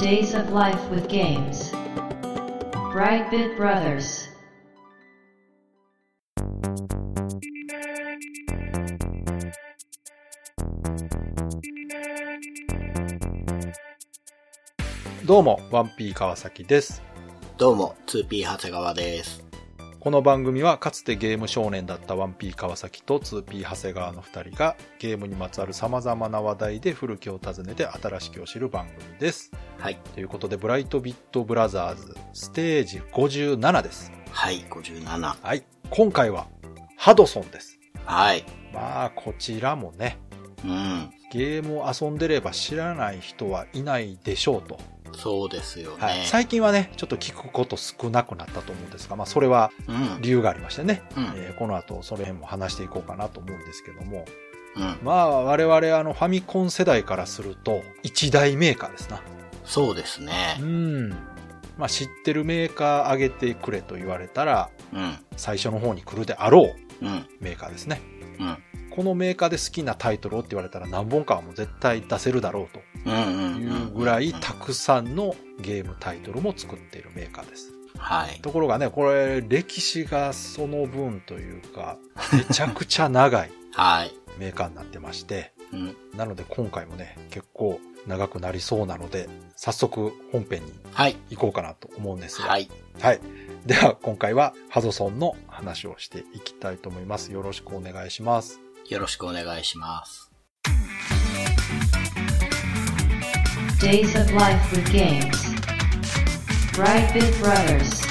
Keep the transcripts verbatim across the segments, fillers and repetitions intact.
Days of Life with Games Brightbit Brothers どうも ワンピー 川崎です。 どうも ツーピー 長谷川です。 この番組はかつてゲーム少年だった ワンピー 川崎と ツーピー 長谷川のふたりがゲームにまつわる様々な話題で古きを訪ねて新しきを知る番組です。 はい。 ということでブライトビットブラザーズステージごじゅうななです。 はい、ごじゅうなな。 はい。今回はハドソンです。 はい。 まあこちらもね、 うん。 ゲームを遊んでれば知らない人はいないでしょうと。 そうですよね、 はい。最近はね、ちょっと聞くこと少なくなったと思うんですが、まあそれは理由がありましてね、うんえー、この後その辺も話していこうかなと思うんですけども、うん、まあ我々あのファミコン世代からすると一大メーカーですな。 そうですね。 うん。まあ知ってるメーカー挙げてくれと言われたら、うん、最初の方に来るであろうメーカーですね。うん。このメーカーで好きなタイトルをって言われたら何本かはもう絶対出せるだろうというぐらいたくさんのゲームタイトルも作っているメーカーです。 はい。 ところがね、これ歴史がその分というかめちゃくちゃ長いメーカーになってまして、うん、なので今回もね結構長くなりそうなので早速本編に行こうかなと思うんですが、はい。はい。では今回はハドソンの話をしていきたいと思います。よろしくお願いします。 よろしくお願いします。 Days of Life with Games Brightbit Brothers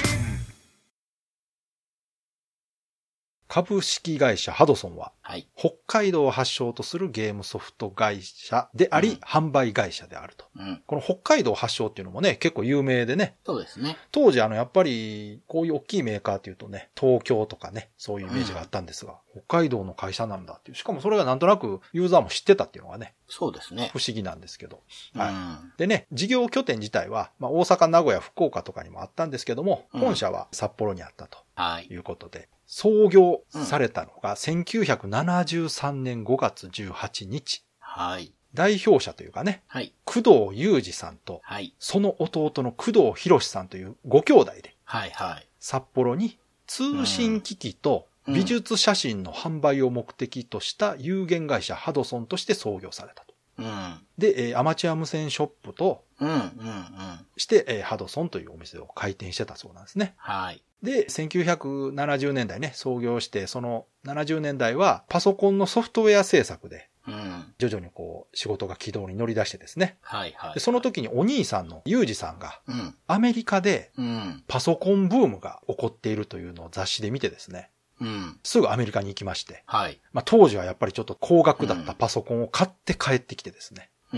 株式会社ハドソンは、はい、北海道を発祥とするゲームソフト会社であり、うん、販売会社であると、うん。この北海道発祥っていうのもね、結構有名でね。 そうですね。 当時あのやっぱりこういう大きいメーカーっていうとね、東京とかね、そういうイメージがあったんですが、うん、北海道の会社なんだっていう。しかもそれがなんとなくユーザーも知ってたっていうのがね。 そうですね。 不思議なんですけど。はい。うん、でね、事業拠点自体は、まあ、大阪、名古屋、福岡とかにもあったんですけども、うん、本社は札幌にあったということで、はい、創業されたのがせんきゅうひゃくななじゅうさんねんごがつじゅうはちにち。 はい。 代表者というかね、はい、工藤雄二さんと、はい、その弟の工藤博さんというご兄弟で、はいはい、札幌に通信機器と美術写真の販売を目的とした有限会社ハドソンとして創業されたと。うん、で、えー、アマチュア無線ショップと、うんうんうん、して、えー、ハドソンというお店を開店してたそうなんですね。はい。で、せんきゅうひゃくななじゅうねんだいね、創業して、そのななじゅうねんだいはパソコンのソフトウェア制作で、うん、徐々にこう仕事が軌道に乗り出してですね。はいはい、はい。で、その時にお兄さんのユージさんが、うん、アメリカでパソコンブームが起こっているというのを雑誌で見てですね。うん、すぐアメリカに行きまして、はい。まあ、当時はやっぱりちょっと高額だったパソコンを買って帰ってきてですね。うんうん、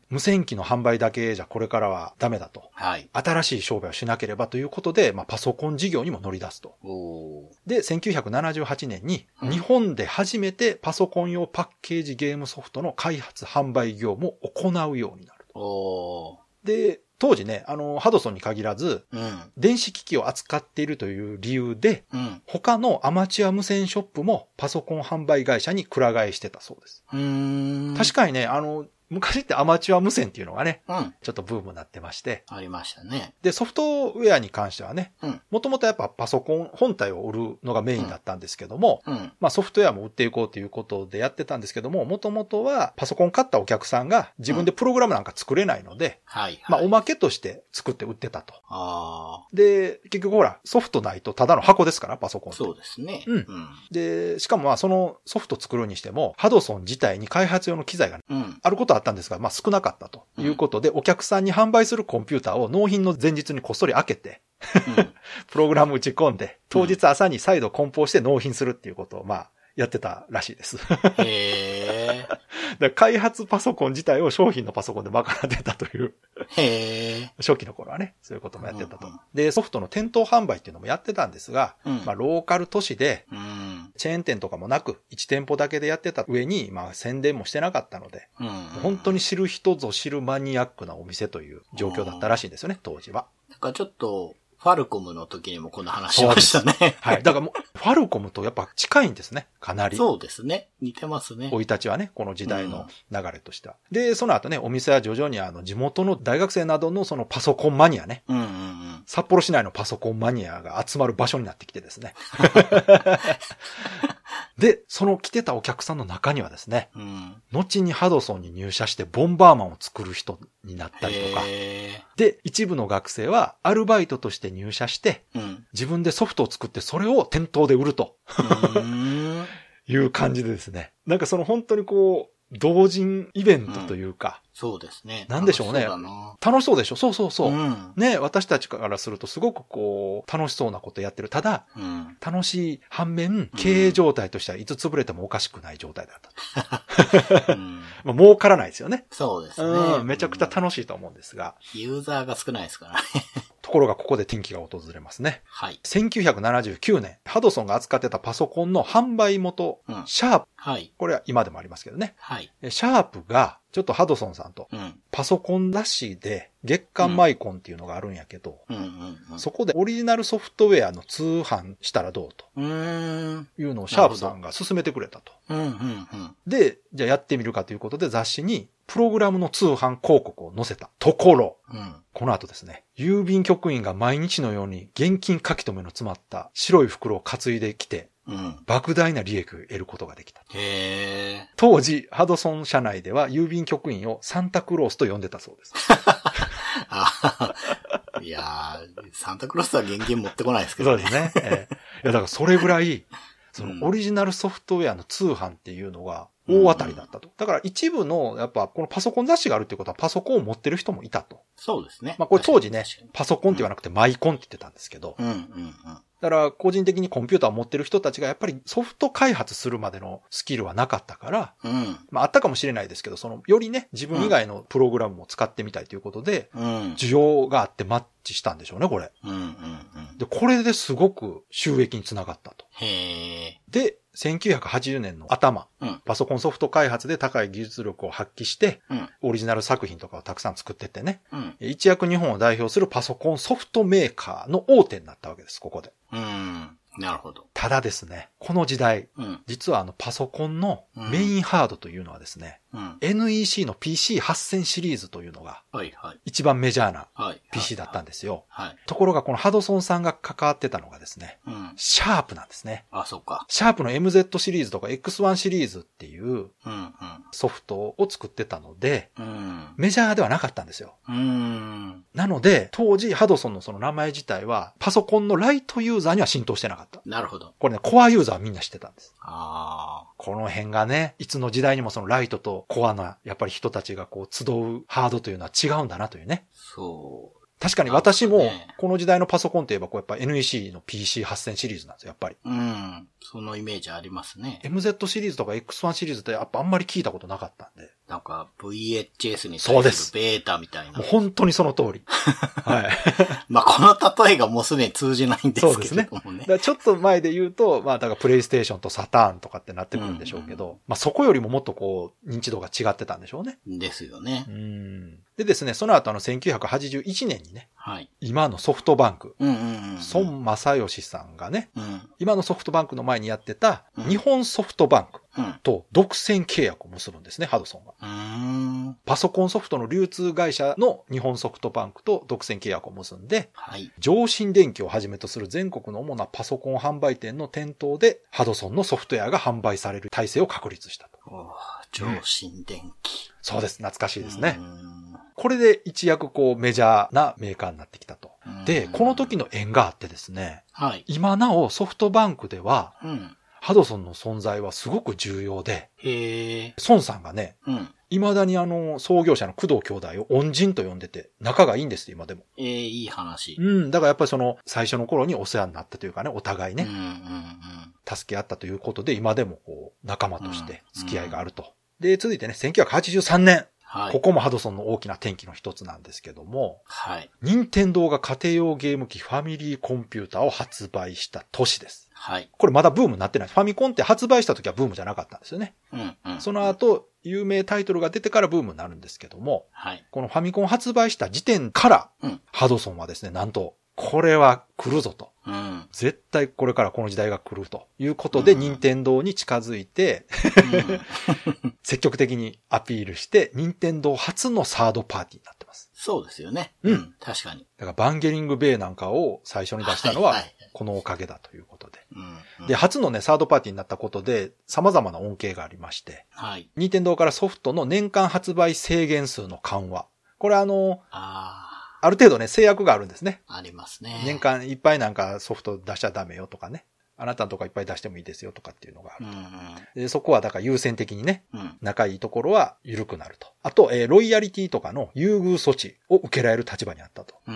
無線機の販売だけじゃこれからはダメだと。はい。新しい商売をしなければということで、まあ、パソコン事業にも乗り出すと。おで、せんきゅうひゃくななじゅうはちねんに日本で初めてパソコン用パッケージゲームソフトの開発販売業務を行うようになると。おで、当時ね、あの、ハドソンに限らず、うん、電子機器を扱っているという理由で、うん、他のアマチュア無線ショップもパソコン販売会社にくら替えしてたそうです。うーん確かにね、あの、昔ってアマチュア無線っていうのがね、うん、ちょっとブームになってまして。 ありましたね。 で、ソフトウェアに関してはね、もともとやっぱパソコン本体を売るのがメインだったんですけども、うんうん、まあソフトウェアも売っていこうということでやってたんですけども、もともとはパソコン買ったお客さんが自分でプログラムなんか作れないので、うんはいはい、まあおまけとして作って売ってたと。あで、結局ほら、ソフトないとただの箱ですから、パソコンって。 そうですね。 うん。うん、で、しかもまあそのソフト作るにしても、ハドソン自体に開発用の機材があることはあったんですが、まあ少なかったということで、うん、お客さんに販売するコンピューターを納品の前日にこっそり開けて、うん、プログラム打ち込んで、当日朝に再度梱包して納品するっていうことを、まあ、やってたらしいです。へー。だ開発パソコン自体を商品のパソコンで賄ってたという。へー。初期の頃はね、そういうこともやってたと。うんうん、で、ソフトの店頭販売っていうのもやってたんですが、うん、まあ、ローカル都市で、うん、チェーン店とかもなく、いち店舗だけでやってた上に、まあ、宣伝もしてなかったので、うんうん、本当に知る人ぞ知るマニアックなお店という状況だったらしいんですよね、当時は。 だからちょっと、 ファルコムの時にもこんな話しましたね。 はい。だからもう、ファルコムとやっぱ近いんですね。かなり。 そうですね。似てますね。 生い立ちはね、この時代の流れとしては。うん、で、その後ね、お店は徐々にあの、地元の大学生などのそのパソコンマニアね。うんうんうん、札幌市内のパソコンマニアが集まる場所になってきてですね。で、その来てたお客さんの中にはですね、うん、後にハドソンに入社してボンバーマンを作る人になったりとか、で、一部の学生はアルバイトとして入社して、うん、自分でソフトを作ってそれを店頭で売るという感じでですね、なんかその本当にこう、同人イベントというか、 うん、そうですね。 なんでしょうね。楽しそうだな。楽しそうでしょ。そうそうそう、うん。ね、私たちからするとすごくこう、楽しそうなことやってる。ただ、うん、楽しい反面、経営状態としてはいつ潰れてもおかしくない状態だったと。うん、まあ儲からないですよね。 そうですね、 うん。めちゃくちゃ楽しいと思うんですが。 ユーザーが少ないですからね。 ところがここで転機が訪れますね。 はい。 せんきゅうひゃくななじゅうきゅうねん、ハドソンが扱ってたパソコンの販売元、うん、シャープ。 はい。 これは今でもありますけどね。 はい。 シャープが、ちょっとハドソンさんと、パソコン雑誌で月刊マイコンっていうのがあるんやけど、うんうんうん、そこでオリジナルソフトウェアの通販したらどうと、うーんいうのをシャープさんが勧めてくれたと、うんうんうん。で、じゃあやってみるかということで雑誌にプログラムの通販広告を載せたところ、うん、この後ですね、郵便局員が毎日のように現金書き留めの詰まった白い袋を担いできて、うん、莫大な利益を得ることができた。 へー。 当時、ハドソン社内では郵便局員をサンタクロースと呼んでたそうです。 あいやー、サンタクロースは現金持ってこないですけどね。 そうですね。えー、いやだからそれぐらい、そのオリジナルソフトウェアの通販っていうのが大当たりだったと。だから一部の、やっぱこのパソコン雑誌があるっていうことはパソコンを持ってる人もいたと。 そうですね。 まあこれ当時ね、パソコンって言わなくてマイコンって言ってたんですけど。うんうんうん。だから個人的にコンピューターを持ってる人たちがやっぱりソフト開発するまでのスキルはなかったから、うん、まああったかもしれないですけど、そのよりね、自分以外のプログラムを使ってみたいということで、うん、需要があってマッチしたんでしょうね、これ。うんうんうん、で、これですごく収益につながったと。 へー。 で、せんきゅうひゃくはちじゅうねんの頭、うん、パソコンソフト開発で高い技術力を発揮して、うん、オリジナル作品とかをたくさん作ってってね、うん、一躍日本を代表するパソコンソフトメーカーの大手になったわけです、ここで。 うん、なるほど。 ただですね、この時代、うん、実はあのパソコンのメインハードというのはですね、うん、エヌイーシー の ピーシーはっせん シリーズというのが、一番メジャーな ピーシー だったんですよ。はいはいはい、ところがこのハドソンさんが関わってたのがですね、うん、シャープなんですね。 あ、そうか。 シャープの エムゼット シリーズとか エックスワン シリーズっていうソフトを作ってたので、うん、メジャーではなかったんですよ。うん、なので、当時ハドソンのその名前自体はパソコンのライトユーザーには浸透してなかった。 なるほど。 これね、コアユーザーはみんな知ってたんです。 ああ。 この辺がね、いつの時代にもそのライトとコアな、やっぱり人たちがこう集うハードというのは違うんだなというね。 そう。 確かに私も、この時代のパソコンといえば、こうやっぱ エヌイーシー の ピーシーはっせん シリーズなんですよ、やっぱり。 うん。そのイメージありますね。 エムゼット シリーズとか エックスワン シリーズってやっぱあんまり聞いたことなかったんで。 なんか ブイエイチエス に対するベータみたいな。 もう本当にその通り。はい。 まあこの例えがもうすでに通じないんですけどもね。そうですね。 だからちょっと前で言うと、まあだからプレイステーションとサターンとかってなってくるんでしょうけど、うんうん、まあそこよりももっとこう認知度が違ってたんでしょうね。 ですよね。 うん。でですね、その後あのせんきゅうひゃくはちじゅういちねんにね、 はい、 今のソフトバンク、うんうんうんうん、孫正義さんがね、うん、今のソフトバンクの前にやってた日本ソフトバンクと独占契約を結ぶんですね、ハドソンが。 うーん、 パソコンソフトの流通会社の日本ソフトバンクと独占契約を結んで、 はい、 上信電機をはじめとする全国の主なパソコン販売店の店頭でハドソンのソフトウェアが販売される体制を確立したと。 お上信電機、 うん。そうです、懐かしいですね。これで一躍こうメジャーなメーカーになってきたと。で、この時の縁があってですね、 はい、 今なおソフトバンクでは、うん、ハドソンの存在はすごく重要で、 へー、 孫さんがね、うん、未だにあの創業者の工藤兄弟を恩人と呼んでて仲がいいんです今でも。 えー、いい話。 うん、だからやっぱりその最初の頃にお世話になったというかね、お互いね、 うんうんうん、 助け合ったということで今でもこう仲間として付き合いがあると。うんうん、で、続いてね、せんきゅうひゃくはちじゅうさんねん。はい、ここもハドソンの大きな転機の一つなんですけども、 はい。 任天堂が家庭用ゲーム機ファミリーコンピューターを発売した年です。 はい。 これまだブームになってない。ファミコンって発売した時はブームじゃなかったんですよね。 うんうん、 その後、有名タイトルが出てからブームになるんですけども、 はい。 このファミコン発売した時点から、うん、ハドソンはですね、なんと、 これは来るぞと。 うん、 絶対これからこの時代が来るということで、任天堂に近づいて、うん、積極的にアピールして、任天堂初のサードパーティーになってます。 そうですよね。うん。確かに。 だからバンゲリングベイなんかを最初に出したのは、このおかげだということで。うんうん、で、初のね、サードパーティーになったことで、様々な恩恵がありまして、はい。任天堂からソフトの年間発売制限数の緩和。これあの、あある程度ね、制約があるんですね。 ありますね。 年間いっぱいなんかソフト出しちゃダメよとかね。あなたのとこいっぱい出してもいいですよとかっていうのがあると。うんうん、でそこはだから優先的にね、うん、仲いいところは緩くなると。あと、えー、ロイヤリティとかの優遇措置を受けられる立場にあったと。うん、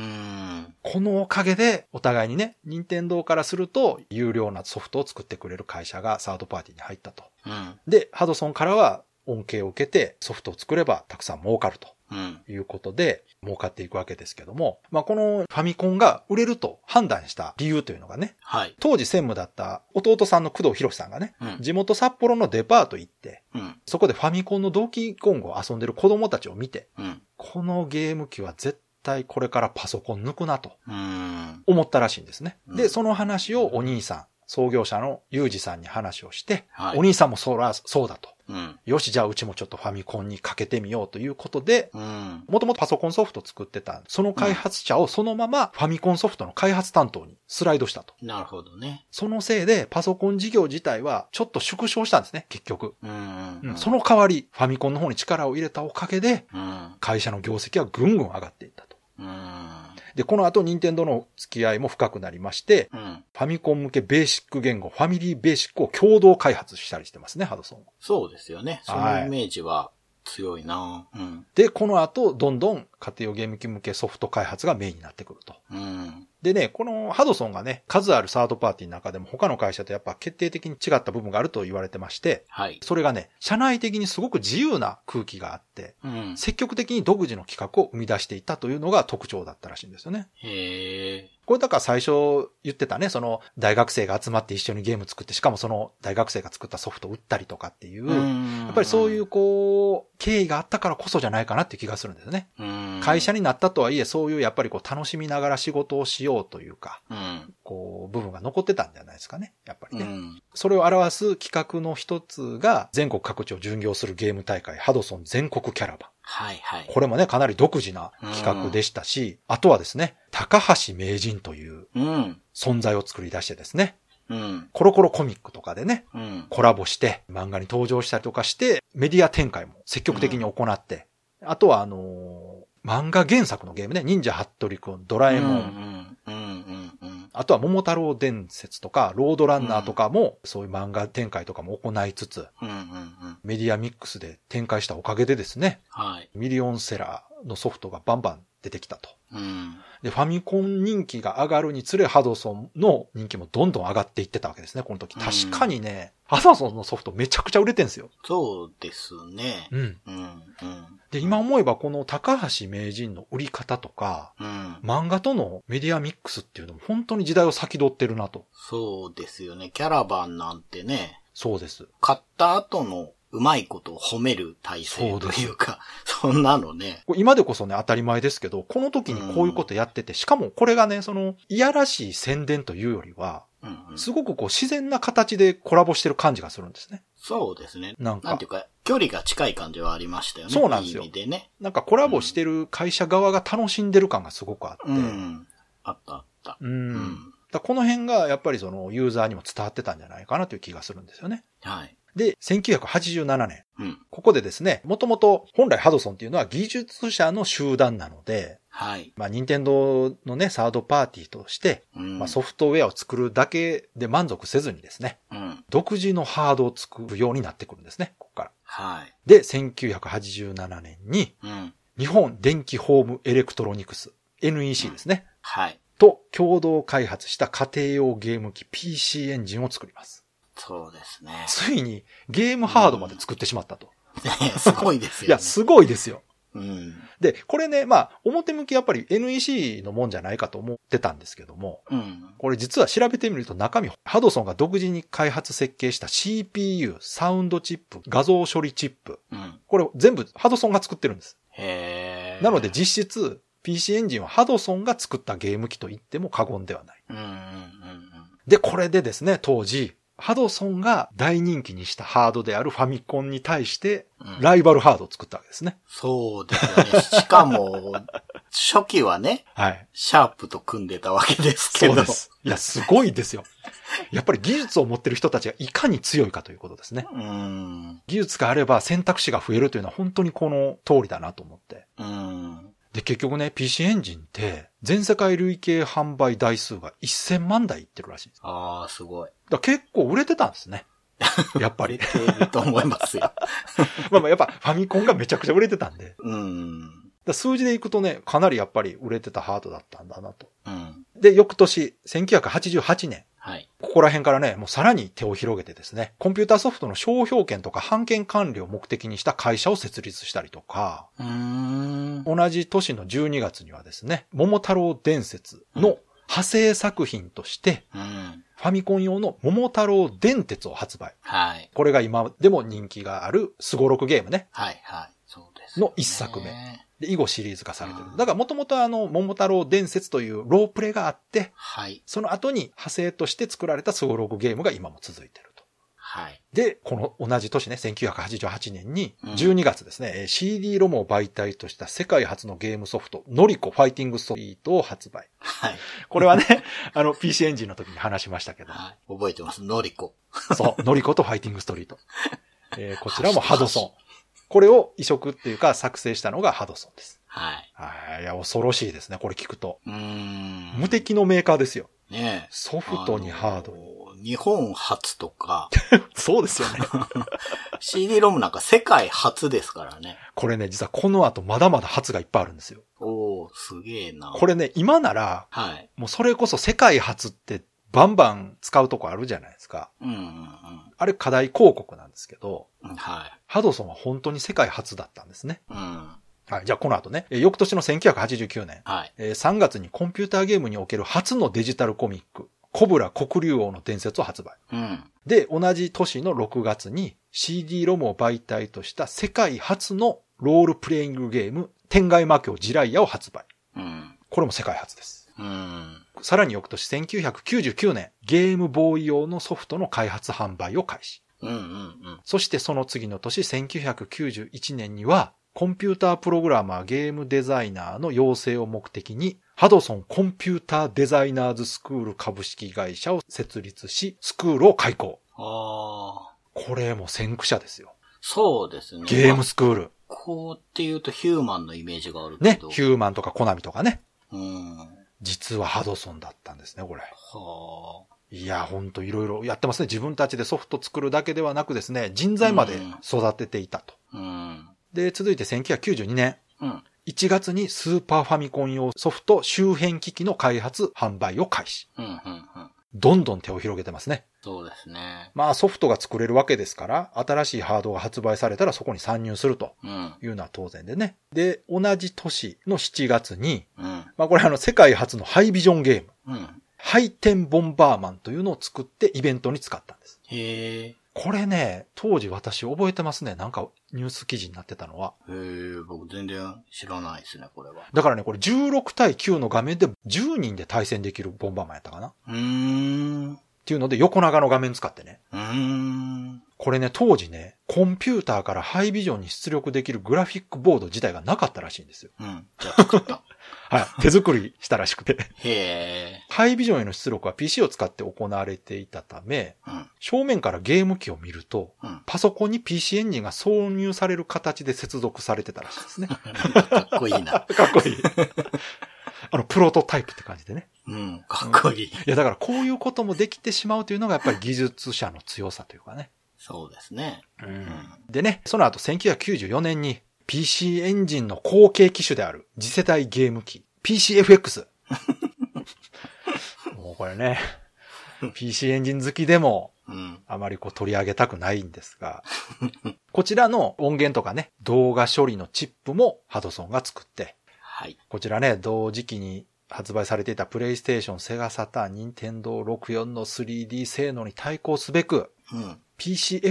このおかげでお互いにね、任天堂からすると有料なソフトを作ってくれる会社がサードパーティーに入ったと。うん、で、ハドソンからは恩恵を受けてソフトを作ればたくさん儲かると。うん、いうことで儲かっていくわけですけども、まあ、このファミコンが売れると判断した理由というのがね、はい、当時専務だった弟さんの工藤博さんがね、うん、地元札幌のデパート行って、うん、そこでファミコンのドンキーコングを遊んでる子供たちを見て、うん、このゲーム機は絶対これからパソコン抜くなと思ったらしいんですね。うん、で、その話をお兄さん、創業者のユージさんに話をして、はい、お兄さんもそらそうだと。うん、よし、じゃあうちもちょっとファミコンにかけてみようということで、もともとパソコンソフト作ってた、その開発者をそのままファミコンソフトの開発担当にスライドしたと。 なるほどね。 そのせいでパソコン事業自体はちょっと縮小したんですね、結局。うんうんうん、その代わり、ファミコンの方に力を入れたおかげで、うん、会社の業績はぐんぐん上がっていったと。うんで、この後、任天堂の付き合いも深くなりまして、うん、ファミコン向けベーシック言語、ファミリーベーシックを共同開発したりしてますね、ハドソン。 そうですよね。そのイメージは強いな、はいうん、 で、この後、どんどん家庭用ゲーム機向けソフト開発がメインになってくると。うんでね、このハドソンがね、数あるサードパーティーの中でも他の会社とやっぱ決定的に違った部分があると言われてまして、はい、それがね、社内的にすごく自由な空気があって、うん、積極的に独自の企画を生み出していたというのが特徴だったらしいんですよね。へー。これだから最初言ってたね、その大学生が集まって一緒にゲーム作って、しかもその大学生が作ったソフトを売ったりとかっていう、やっぱりそういうこう、経緯があったからこそじゃないかなっていう気がするんですよね。会社になったとはいえ、そういうやっぱりこう楽しみながら仕事をしようというか、うん、こう部分が残ってたんじゃないですかね、やっぱりね。うん、それを表す企画の一つが全国各地を巡業するゲーム大会、ハドソン全国キャラバン。はいはい。これもね、かなり独自な企画でしたし、うん、あとはですね、高橋名人という存在を作り出してですね、うん、コロコロコミックとかでね、うん、コラボして漫画に登場したりとかして、メディア展開も積極的に行って、うん、あとはあのー、漫画原作のゲームね、忍者ハットリくん、ドラえもん、うんうんうんうん、あとは桃太郎伝説とか、ロードランナーとかも、そういう漫画展開とかも行いつつ、うんうんうん、メディアミックスで展開したおかげでですね、はい、ミリオンセラーのソフトがバンバン出てきたと。うん、で、ファミコン人気が上がるにつれ、ハドソンの人気もどんどん上がっていってたわけですね、この時。確かにね、うん、ハドソンのソフトめちゃくちゃ売れてんすよ。 そうですね。うん。うん。うん。 で、今思えばこの高橋名人の売り方とか、うん、漫画とのメディアミックスっていうのも本当に時代を先取ってるなと。 そうですよね。キャラバンなんてね。 そうです。 買った後のうまいことを褒める体制というか、そんなのね。 今でこそね、当たり前ですけど、この時にこういうことやってて、うん、しかもこれがね、その、いやらしい宣伝というよりは、うんうん、すごくこう自然な形でコラボしてる感じがするんですね。 そうですね。なんか。なんていうか、距離が近い感じはありましたよね。 そうなんですよ。 いい意味でね。 なんかコラボしてる会社側が楽しんでる感がすごくあって。うん。 あったあった。 うん。うん、だこの辺がやっぱりそのユーザーにも伝わってたんじゃないかなという気がするんですよね。はい。で、せんきゅうひゃくはちじゅうななねん。うん、ここでですね、もともと本来ハドソンっていうのは技術者の集団なので、はい。まあ、任天堂のね、サードパーティーとして、うん、まあ、ソフトウェアを作るだけで満足せずにですね、うん、独自のハードを作るようになってくるんですね、ここから。はい。で、せんきゅうひゃくはちじゅうななねんに、うん、日本電気ホームエレクトロニクス、エヌイーシー ですね。うん、はい。と共同開発した家庭用ゲーム機 ピーシー エンジンを作ります。 そうですね。 ついにゲームハードまで作ってしまったと。 うん、ねすごいですよね。 いや、すごいですよ。 うん、 で、これね、まあ、表向きやっぱり エヌイーシー のもんじゃないかと思ってたんですけども、うん、これ実は調べてみると中身、ハドソンが独自に開発設計した シーピーユー、サウンドチップ、画像処理チップ、うん、これ全部ハドソンが作ってるんです。へー。なので実質、 ピーシー エンジンはハドソンが作ったゲーム機と言っても過言ではない。 うんうんうんうん、 で、これでですね、当時、ハドソンが大人気にしたハードであるファミコンに対して、ライバルハードを作ったわけですね。 うん、そうですよね。しかも、初期はね、 はい。 シャープと組んでたわけですけど。 そうです。いや、すごいですよ。やっぱり技術を持ってる人たちがいかに強いかということですね。 うん、 技術があれば選択肢が増えるというのは本当にこの通りだなと思って。 うん、 で、結局ね、ピーシー エンジンって全世界累計販売台数がせんまんだいいってるらしいんです。 ああ、すごい。 だから結構売れてたんですね。やっぱり。 売れてると思いますよ。 まあまあやっぱファミコンがめちゃくちゃ売れてたんで。 うん。 だ数字でいくとね、かなりやっぱり売れてたハードだったんだなと。 うん。 で、翌年、せんきゅうひゃくはちじゅうはちねん。 はい。 ここら辺からね、もうさらに手を広げてですね、コンピューターソフトの商標権とか版権管理を目的にした会社を設立したりとか、 うーん同じ年のじゅうにがつにはですね、桃太郎伝説の派生作品として、 うん、 ファミコン用の桃太郎電鉄を発売。 はい。 これが今でも人気があるスゴロクゲームね。 はいはい。そうです、ね。 の一作目。で、以後シリーズ化されてる。だからもともとあの、桃太郎伝説というロープレがあって、 はい。 その後に派生として作られたスゴロクゲームが今も続いてると。 はい。 で、この同じ年ね、せんきゅうひゃくはちじゅうはちねんに、じゅうにがつですね、うん、シーディー ロムを媒体とした世界初のゲームソフト、ノリコファイティングストリートを発売。 はい。 これはね、あの、ピーシー エンジンの時に話しましたけど。 はい。覚えてます。ノリコ。 そう、ノリコとファイティングストリート。えー、こちらもハドソン。これを移植っていうか作成したのがハドソンです。 はい。 はい。いや、恐ろしいですね、これ聞くと。 うーん。 無敵のメーカーですよ。 ねえ。 ソフトにハードに。 日本初とか。 そうですよね。 シーディー ロムなんか世界初ですからね。 これね、実はこの後まだまだ初がいっぱいあるんですよ。 おー、すげえな。 これね、今なら、 はい。 もうそれこそ世界初ってバンバン使うとこあるじゃないですか。 うんうんうん。 あれ課題広告なんですけど、 はい。 ハドソンは本当に世界初だったんですね。 うん。 はい。じゃあこの後ね、翌年のせんきゅうひゃくはちじゅうきゅうねん、 はい、 さんがつにコンピューターゲームにおける初のデジタルコミック、コブラ黒竜王の伝説を発売。 うん、 で、同じ年のろくがつに シーディー ロムを媒体とした世界初のロールプレイングゲーム、天外魔境ジライアを発売。 うん、 これも世界初です。 うん、 さらに翌年せんきゅうひゃくきゅうじゅうきゅうねん、ゲームボーイ用のソフトの開発販売を開始。 うんうんうん、 そしてその次の年せんきゅうひゃくきゅうじゅういちねんには、コンピュータープログラマーゲームデザイナーの養成を目的に、ハドソンコンピューターデザイナーズスクール株式会社を設立し、スクールを開講。 ああ。 これも先駆者ですよ。 そうですね。 ゲームスクール。 こうって言うとヒューマンのイメージがあるけど。 ね。ヒューマンとかコナミとかね。 うん。 実はハドソンだったんですね、これ。 はあ。 いや、ほんといろいろやってますね。自分たちでソフト作るだけではなくですね、人材まで育てていたと。 うん。 で、続いてせんきゅうひゃくきゅうじゅうにねん。 うん。 いちがつにスーパーファミコン用ソフト周辺機器の開発、販売を開始。 うんうんうん。 どんどん手を広げてますね。 そうですね。 まあソフトが作れるわけですから、新しいハードが発売されたらそこに参入するというのは当然でね。で、同じ年のしちがつに、 うん、 まあこれあの世界初のハイビジョンゲーム、 うん、 ハイテンボンバーマンというのを作ってイベントに使ったんです。 へー。 これね、当時私覚えてますね。なんかニュース記事になってたのは。 へー、僕全然知らないですね、これは。 だからね、これじゅうろくたいきゅうの画面でじゅうにんで対戦できるボンバーマンやったかな。 うーん。 っていうので横長の画面使ってね。 うーん。 これね、当時ね、コンピューターからハイビジョンに出力できるグラフィックボード自体がなかったらしいんですよ。 うん。じゃあ作った。 はい。手作りしたらしくて。 へー。 ハイビジョンへの出力は ピーシー を使って行われていたため、 うん、 正面からゲーム機を見ると、 うん、 パソコンに ピーシー エンジンが挿入される形で接続されてたらしいですね。 かっこいいな。 かっこいい。あの、プロトタイプって感じでね。 うん、かっこいい。いや、だからこういうこともできてしまうというのがやっぱり技術者の強さというかね。 そうですね。 うん、でね、その後せんきゅうひゃくきゅうじゅうよねんに ピーシー エンジンの後継機種である次世代ゲーム機 ピーシーエフエックス。もうこれね、ピーシー エンジン好きでもあまりこう取り上げたくないんですが、こちらの音源とかね、動画処理のチップもハドソンが作って、 はい、 こちらね、同時期に発売されていたプレイステーション、セガサターン、ニンテンドーろくじゅうよんの スリーディー 性能に対抗すべく、 うん、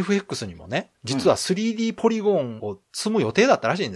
ピーシーエフエックス にもね、実は スリーディー ポリゴンを積む予定だったらしいんですよ。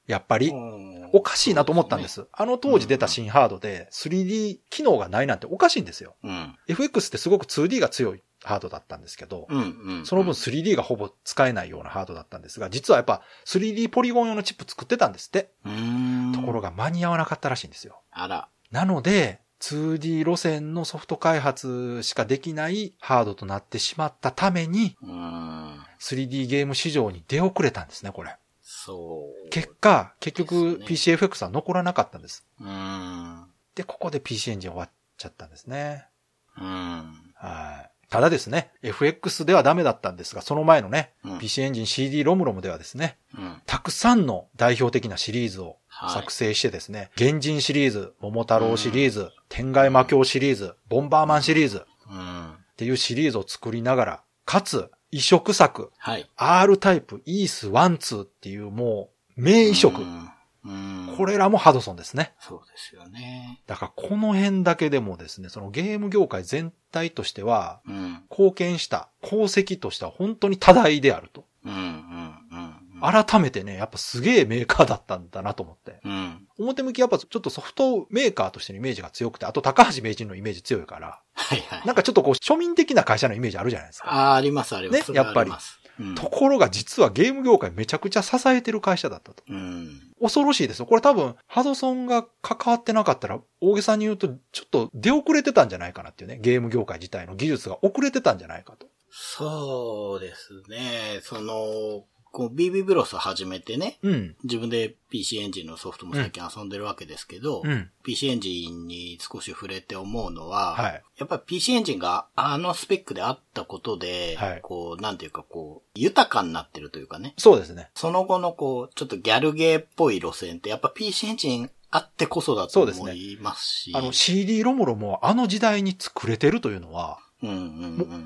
やっぱり。おかしいなと思ったんです。ですね、あの当時出た新ハードで スリーディー 機能がないなんておかしいんですよ。うん、エフエックス ってすごく ツーディー が強いハードだったんですけど、うんうんうん、その分 スリーディー がほぼ使えないようなハードだったんですが、実はやっぱ スリーディー ポリゴン用のチップ作ってたんですって。うーんところが間に合わなかったらしいんですよ。あら。なので、ツーディー 路線のソフト開発しかできないハードとなってしまったために、うーん スリーディー ゲーム市場に出遅れたんですね、これ。そう。結果、結局 ピーシーエフエックス は残らなかったんです。うーんで、ここで ピーシー エンジン終わっちゃったんですね。うーんはい。ただですね、エフエックス ではダメだったんですが、その前のね、うん、ピーシー エンジン シーディー ロムロムではですね、うん、たくさんの代表的なシリーズを作成してですね、はい、原人シリーズ、桃太郎シリーズ、うん、天外魔境シリーズ、ボンバーマンシリーズ、うん、っていうシリーズを作りながら、かつ、移植作、はい、R タイプ、イースいち、にっていうもう、名移植。うんうんこれらもハドソンですね。そうですよね。だからこの辺だけでもですね、そのゲーム業界全体としては、うん、貢献した功績としては本当に多大であると。うんうんうんうん、改めてね、やっぱすげえメーカーだったんだなと思って。うん、表向きやっぱちょっとソフトメーカーとしてのイメージが強くて、あと高橋名人のイメージ強いから、はいはい、なんかちょっとこう庶民的な会社のイメージあるじゃないですか。ああ、ありますあります。ね、やっぱり。うん、ところが実はゲーム業界めちゃくちゃ支えてる会社だったと。うん、恐ろしいですよ。これ多分、ハドソンが関わってなかったら、大げさに言うと、ちょっと出遅れてたんじゃないかなっていうね。ゲーム業界自体の技術が遅れてたんじゃないかと。そうですね。その、こう ビービー ブロス始めてね、うん、自分で ピーシー エンジンのソフトも最近遊んでるわけですけど、うん、ピーシー エンジンに少し触れて思うのは、はい、やっぱり ピーシー エンジンがあのスペックであったことで、はい、こう、なんていうかこう、豊かになってるというかね。そうですね。その後のこう、ちょっとギャルゲーっぽい路線ってやっぱ ピーシー エンジンあってこそだと思いますし。そうですね。あの シーディー ロムロもあの時代に作れてるというのは、うんうんうん、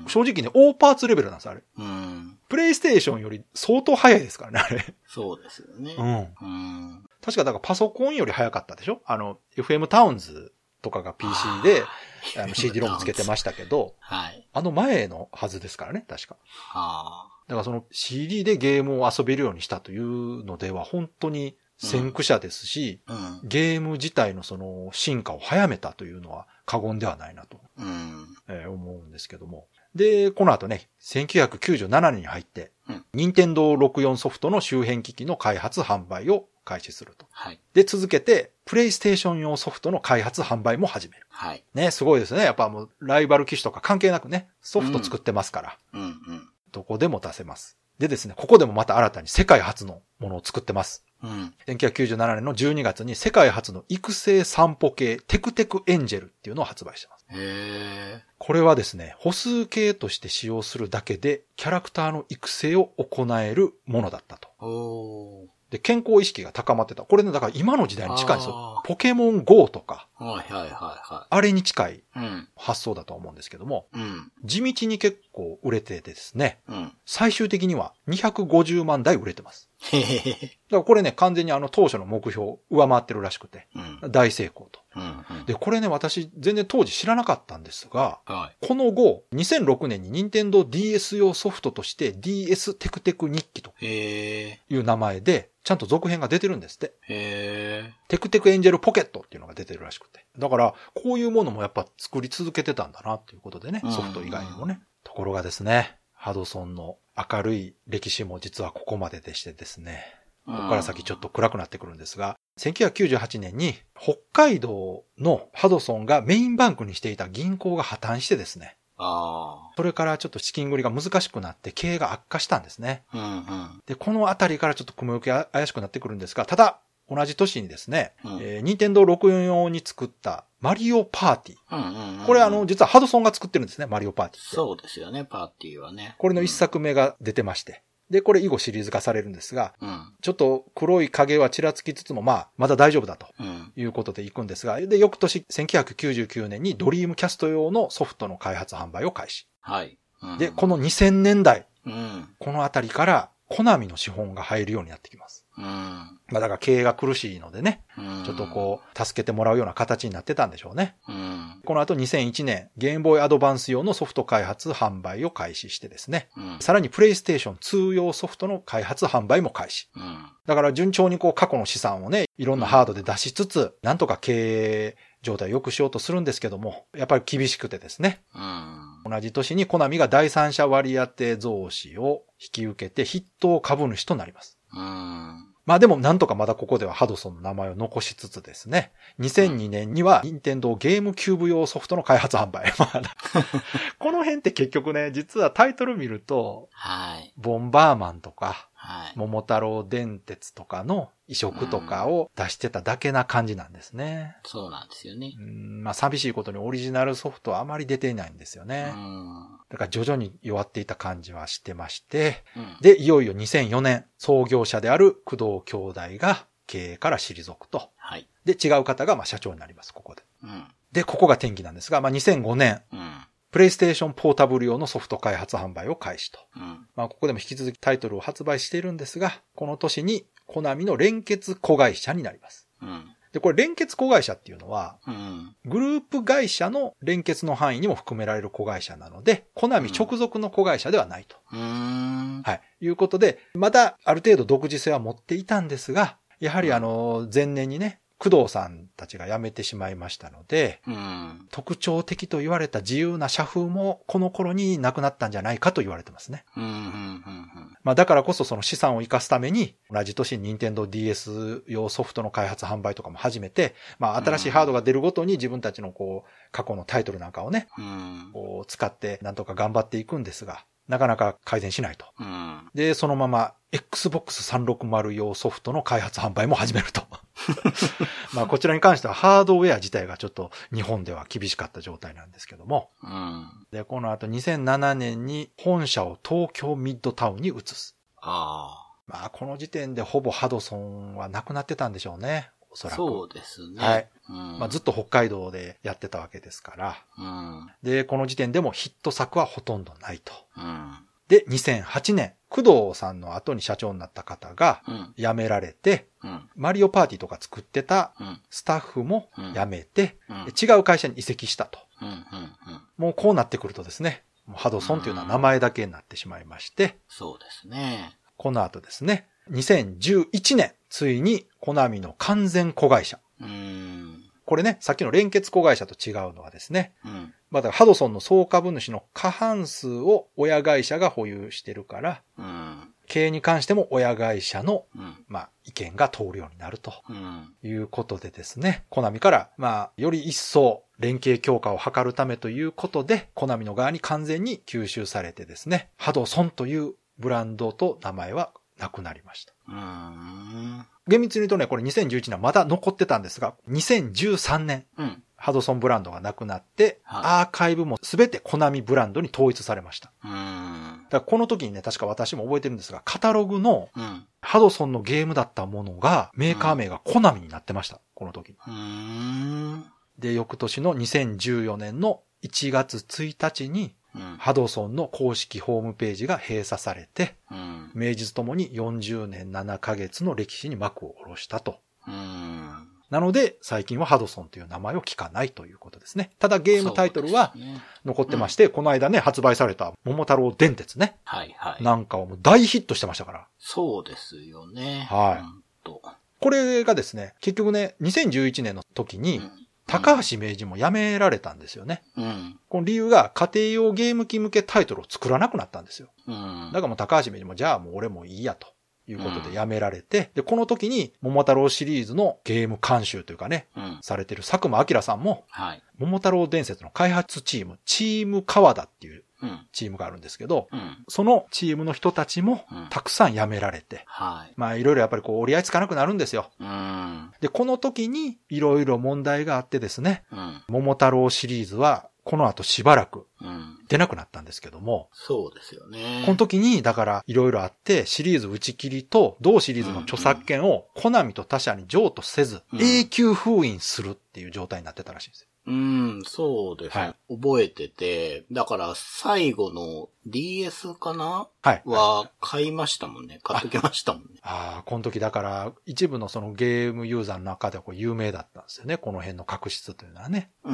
正直ね、大パーツレベルなんです、あれ。うん、プレイステーションより相当早いですからね、あれ。そうですよね。うん。うん、確かだからパソコンより早かったでしょあの、エフエム タウンズとかが ピーシー であの シーディー ロムつけてましたけど、はい、あの前のはずですからね、確か。はあ、だからその シーディー でゲームを遊べるようにしたというのでは本当に先駆者ですし、うんうん、ゲーム自体のその進化を早めたというのは過言ではないなと、うんえー、思うんですけども。で、この後ね、せんきゅうひゃくきゅうじゅうななねんに入って、うん、任天堂ろくじゅうよんソフトの周辺機器の開発販売を開始すると。はい、で、続けて、プレイステーション用ソフトの開発販売も始める。はい、ね、すごいですね。やっぱもうライバル機種とか関係なくね、ソフト作ってますから、うんうんうん、どこでも出せます。でですね、ここでもまた新たに世界初のものを作ってます。うん、せんきゅうひゃくきゅうじゅうななねんのじゅうにがつに世界初の育成散歩系テクテクエンジェルっていうのを発売してます。へー。これはですね、歩数計として使用するだけでキャラクターの育成を行えるものだったと。おー。で、健康意識が高まってた。これね、だから今の時代に近いんですよ。ポケモン ゴー とか。はいはいはいはい。あれに近い発想だと思うんですけども。うん、地道に結構売れててですね。うん、最終的にはにひゃくごじゅうまんだい売れてます。へへへ。だからこれね、完全にあの当初の目標を上回ってるらしくて。うん、大成功と、うんうん。で、これね、私全然当時知らなかったんですが、はい、この後、にせんろくねんに任天堂 ディーエス 用ソフトとして ディーエス テクテク日記という名前で、ちゃんと続編が出てるんですって。へー。テクテクエンジェルポケットっていうのが出てるらしくて。だから、こういうものもやっぱ作り続けてたんだなっていうことでね、ソフト以外にもね。ところがですね、ハドソンの明るい歴史も実はここまででしてですね、ここから先ちょっと暗くなってくるんですが、せんきゅうひゃくきゅうじゅうはちねんに北海道のハドソンがメインバンクにしていた銀行が破綻してですね、あそれからちょっと資金繰りが難しくなって経営が悪化したんですね。うんうん、で、このあたりからちょっと雲行き怪しくなってくるんですが、ただ、同じ年にですね、うんえー、任天堂ろくじゅうよん用に作ったマリオパーティー。うんうんうん、これあの、実はハドソンが作ってるんですね、マリオパーティーって。そうですよね、パーティーはね。これの一作目が出てまして。で、これ以後シリーズ化されるんですが、うん、ちょっと黒い影はちらつきつつも、まあ、まだ大丈夫だということで行くんですが、で、翌年せんきゅうひゃくきゅうじゅうきゅうねんにドリームキャスト用のソフトの開発販売を開始。はい。うん、で、このにせんねんだい、うん、このあたりからコナミの資本が入るようになってきます。 うん。まあだから経営が苦しいのでね、うん、ちょっとこう、助けてもらうような形になってたんでしょうね。うん、この後にせんいちねん、ゲームボーイアドバンス用のソフト開発販売を開始してですね、うん、さらにプレイステーションツー用ソフトの開発販売も開始。うん、だから順調にこう過去の資産をね、いろんなハードで出しつつ、なんとか経営状態を良くしようとするんですけども、やっぱり厳しくてですね、うん、同じ年にコナミが第三者割当増資を引き受けて筆頭株主となります。うんまあでもなんとかまだここではハドソンの名前を残しつつですね、にせんにねんには任天堂ゲームキューブ用ソフトの開発販売。この辺って結局ね、実はタイトル見ると、はい、ボンバーマンとか、はい、桃太郎電鉄とかの移植とかを出してただけな感じなんですね。 うん、そうなんですよね。 うんまあ寂しいことにオリジナルソフトはあまり出ていないんですよね。うんだから徐々に弱っていた感じはしてまして、うん、で、いよいよにせんよねん、創業者である工藤兄弟が経営から退くと。はい、で、違う方がまあ社長になります、ここで。うん、で、ここが転機なんですが、まあにせんごねん、うんプレイステーションポータブル用のソフト開発販売を開始と。うん、まあここでも引き続きタイトルを発売しているんですが、この年にコナミの連結子会社になります。うん、で、これ連結子会社っていうのは、うん、グループ会社の連結の範囲にも含められる子会社なので、コナミ直属の子会社ではないと。うん、はい。いうことで、まだある程度独自性は持っていたんですが、やはりあの、前年にね、工藤さんたちが辞めてしまいましたので、うん、特徴的と言われた自由な社風もこの頃になくなったんじゃないかと言われてますね。うんうんうんうん、まあだからこそその資産を生かすために同じ年に任天堂 ディーエス 用ソフトの開発販売とかも始めて、まあ新しいハードが出るごとに自分たちのこう過去のタイトルなんかをね、うん、こう使ってなんとか頑張っていくんですが、なかなか改善しないと。うん、で、そのまま エックスボックスさんびゃくろくじゅう 用ソフトの開発販売も始めると。まあこちらに関してはハードウェア自体がちょっと日本では厳しかった状態なんですけども。うん、で、この後にせんななねんに本社を東京ミッドタウンに移す。あまあこの時点でほぼハドソンはなくなってたんでしょうね。おそらく。 そうですね。 はい。うん、まあずっと北海道でやってたわけですから。うん、で、この時点でもヒット作はほとんどないと。うんで、にせんはちねん、工藤さんの後に社長になった方が辞められて、うん、マリオパーティーとか作ってたスタッフも辞めて、うん、違う会社に移籍したと、うんうんうん。もうこうなってくるとですね、ハドソンというのは名前だけになってしまいまして、 そうですね。 この後ですね、にせんじゅういちねん、ついにコナミの完全子会社。うんこれね、さっきの連結子会社と違うのはですね、うんまあ、だからハドソンの総株主の過半数を親会社が保有してるから、うん、経営に関しても親会社の、うん、まあ、意見が通るようになるということでですね、コナミから、まあ、より一層連携強化を図るためということで、コナミの側に完全に吸収されてですね、ハドソンというブランドと名前はなくなりました。うーん厳密に言うとね、これにせんじゅういちねんはまだ残ってたんですが、にせんじゅうさんねん、うん、ハドソンブランドがなくなって、はい、アーカイブもすべてコナミブランドに統一されました。うーんだからこの時にね、確か私も覚えてるんですが、カタログのハドソンのゲームだったものが、メーカー名がコナミになってました。この時に。うーんで、翌年のにせんじゅうよねんのいちがつついたちに、うん、ハドソンの公式ホームページが閉鎖されて、うん、名実ともによんじゅうねんななかげつの歴史に幕を下ろしたと。うん、なので、最近はハドソンという名前を聞かないということですね。ただゲームタイトルは残ってまして、ねうん、この間ね、発売された桃太郎電鉄ね。はいはい。なんかはもう大ヒットしてましたから。 そうですよね。 はい。とこれがですね、結局ね、にせんじゅういちねんの時に、うん高橋名人も辞められたんですよね。うん、この理由が家庭用ゲーム機向けタイトルを作らなくなったんですよ。うん、だからもう高橋名人もじゃあもう俺もいいやということで辞められて、うん、で、この時に桃太郎シリーズのゲーム監修というかね、うん、されてる佐久間明さんも、はい、桃太郎伝説の開発チーム、チーム川田っていうチームがあるんですけど、うん、そのチームの人たちもたくさん辞められて、うんはい、まあいろいろやっぱりこう折り合いつかなくなるんですよ。うん、で、この時にいろいろ問題があってですね、うん、桃太郎シリーズはこの後しばらく出なくなったんですけども、 うん、そうですよね。 この時にだからいろいろあってシリーズ打ち切りと同シリーズの著作権をコナミと他社に譲渡せず永久封印するっていう状態になってたらしいんですよ。 うん、そうですね、はい。覚えてて、だから最後の ディーエス かなはい。は買いましたもんね。買っときましたもんね。 ああ、この時だから一部のそのゲームユーザーの中でこう有名だったんですよね。この辺の確執というのはね。うん。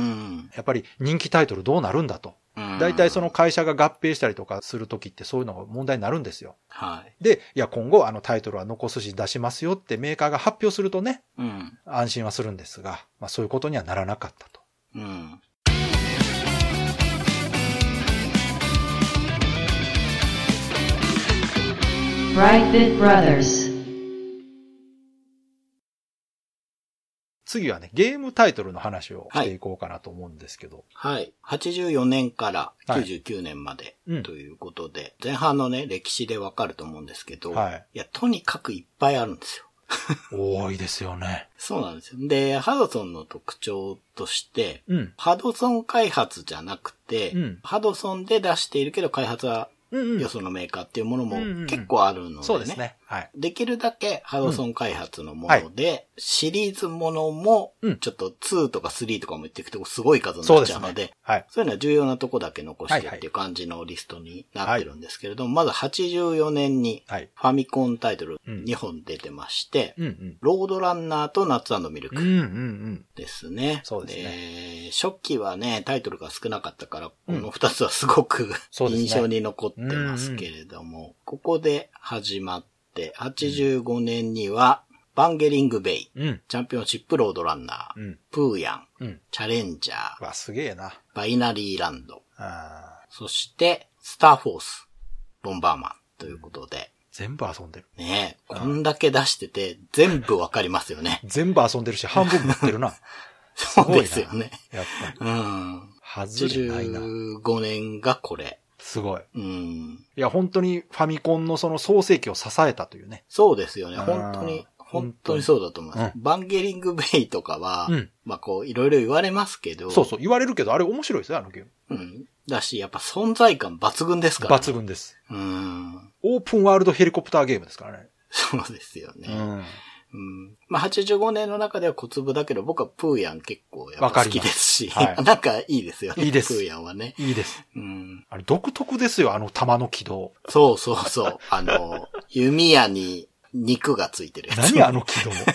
やっぱり人気タイトルどうなるんだと。大体その会社が合併したりとかするときってそういうのが問題になるんですよ。はい。で、いや今後あのタイトルは残すし出しますよってメーカーが発表するとね、うん、安心はするんですが、まあそういうことにはならなかったと。うん。Brightbit Brothers。次はね、ゲームタイトルの話をしていこうかなと思うんですけど。 はい。はい、はちじゅうよねんからきゅうじゅうきゅうねんまでということで、はいうん、前半のね、歴史でわかると思うんですけど、はい、いや、とにかくいっぱいあるんですよ。 多いですよね。 そうなんですよ。で、ハドソンの特徴として、うん、ハドソン開発じゃなくて、うん、ハドソンで出しているけど開発はよそのメーカーっていうものも結構あるのでね。そうですね。はい。できるだけハドソン開発のもので、うんはい、シリーズものも、ちょっとにとかさんとかも言っていくとすごい数になっちゃうので、そうですね。はい。そういうのは重要なとこだけ残してっていう感じのリストになってるんですけれども、はいはい、まずはちじゅうよねんにファミコンタイトルにほん出てまして、うんうん、ロードランナーとナッツ&ミルクですね。うんうんうん、そうですね。初期はね、タイトルが少なかったから、このふたつはすごく、うん、印象に残ってますけれども、うんうん、ここで始まって、はちじゅうごねんには、バンゲリングベイ、うん、チャンピオンシップロードランナー、うん、プーヤン、うん、チャレンジャー、 わ、すげえな。 バイナリーランド、あそして、スターフォース、ボンバーマンということで。 全部遊んでる。 ねえ、こんだけ出してて、全部わかりますよね。 全部遊んでるし、半分持ってるな。 そうですよね。 やっぱり。うん。外れないな。 はちじゅうごねんがこれ。 すごい。うん。いや、本当にファミコンのその創世期を支えたというね。 そうですよね。本当に、本当にそうだと思います。うん、バンゲリングベイとかは、うん、まあこう、いろいろ言われますけど。 そうそう、言われるけど、あれ面白いですよ、あのゲーム。 うん。だし、やっぱ存在感抜群ですからね。抜群です。うん。オープンワールドヘリコプターゲームですからね。 そうですよね。うん。うん、まあ、はちじゅうごねんの中では小粒だけど、僕はプーヤン結構やっぱ好きですし、はい、なんかいいですよね。 いいです。 プーヤンはね。 いいです。うん。あれ独特ですよ、あの弾の軌道。 そうそうそう。あの、弓矢に肉がついてるやつ。 何あの軌道、うん、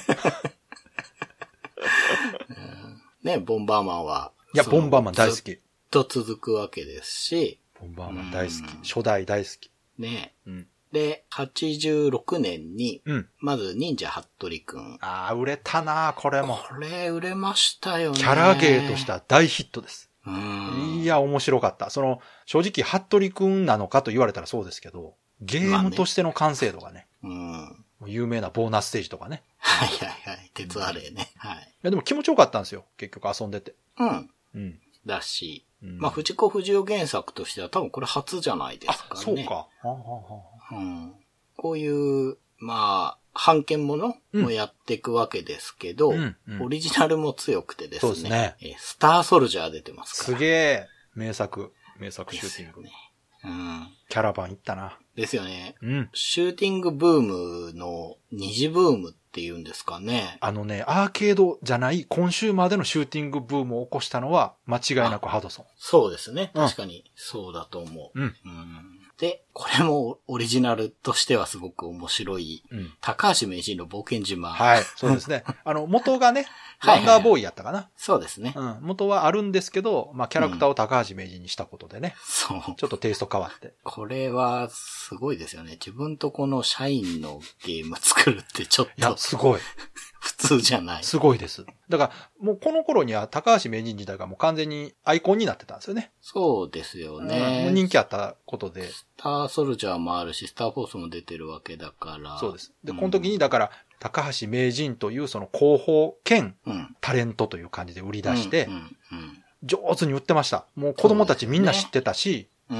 ね、ボンバーマンは。 いや、ボンバーマン大好き。 ずっと続くわけですし。 ボンバーマン大好き。うん、初代大好き。 ね。うん。で、はちじゅうろくねんに、うん、まず、忍者ハットリくん。 ああ、売れたなこれも。 これ、売れましたよね。 キャラゲーとしては大ヒットです。うん。いや、面白かった。その、正直、ハットリくんなのかと言われたらそうですけど、ゲームとしての完成度がね。まあ、ねうん。有名なボーナスステージとかね。 はいはいはい。鉄アレイね。はい。いや、でも気持ちよかったんですよ。結局遊んでて。 うん。うん。だし、うん、まあ、藤子不二雄原作としては多分これ初じゃないですかね。 あ、そうか。はあはあ、うん。こういう、まあ、版権ものもやっていくわけですけど、うんうん、オリジナルも強くてですね。そうですね。えスターソルジャー出てますから。 すげえ。名作。名作シューティング。ね、うん。キャラバンいったな。 ですよね。うん。シューティングブームの二次ブームっていうんですかね。 あのね、アーケードじゃないコンシューマーでのシューティングブームを起こしたのは間違いなくハドソン。 そうですね。確かにそうだと思う。うん。うんで、これもオリジナルとしてはすごく面白い、うん、高橋名人の冒険島。 はい、そうですね。あの、元がね、ワンダーボーイやったかな。はいはいはい、 そうですね、 うん。元はあるんですけど、まあ、キャラクターを高橋名人にしたことでね。うん、そう。ちょっとテイスト変わって。 これは、すごいですよね。自分とこの社員のゲーム作るってちょっと。 いや、すごい。 普通じゃない。 すごいです。だから、もうこの頃には高橋名人自体がもう完全にアイコンになってたんですよね。 そうですよね。 うん、人気あったことで。 スターソルジャーもあるし、スターフォースも出てるわけだから。 そうです。で、この時にだから、高橋名人というその広報兼、タレントという感じで売り出して、上手に売ってました。もう子供たちみんな知ってたし、うん、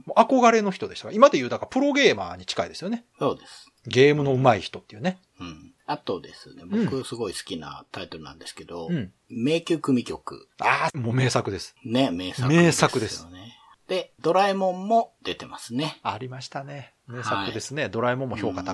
もう憧れの人でしたから。今で言う、だからプロゲーマーに近いですよね。 そうです。 ゲームの上手い人っていうね。 うん。あとですね、僕すごい好きなタイトルなんですけど、うん、迷宮組曲。 ああ、もう名作です。 ね、名作です、ね。 名作です。 で、ドラえもんも出てますね。 ありましたね。名作ですね。はい、ドラえもんも評価高い。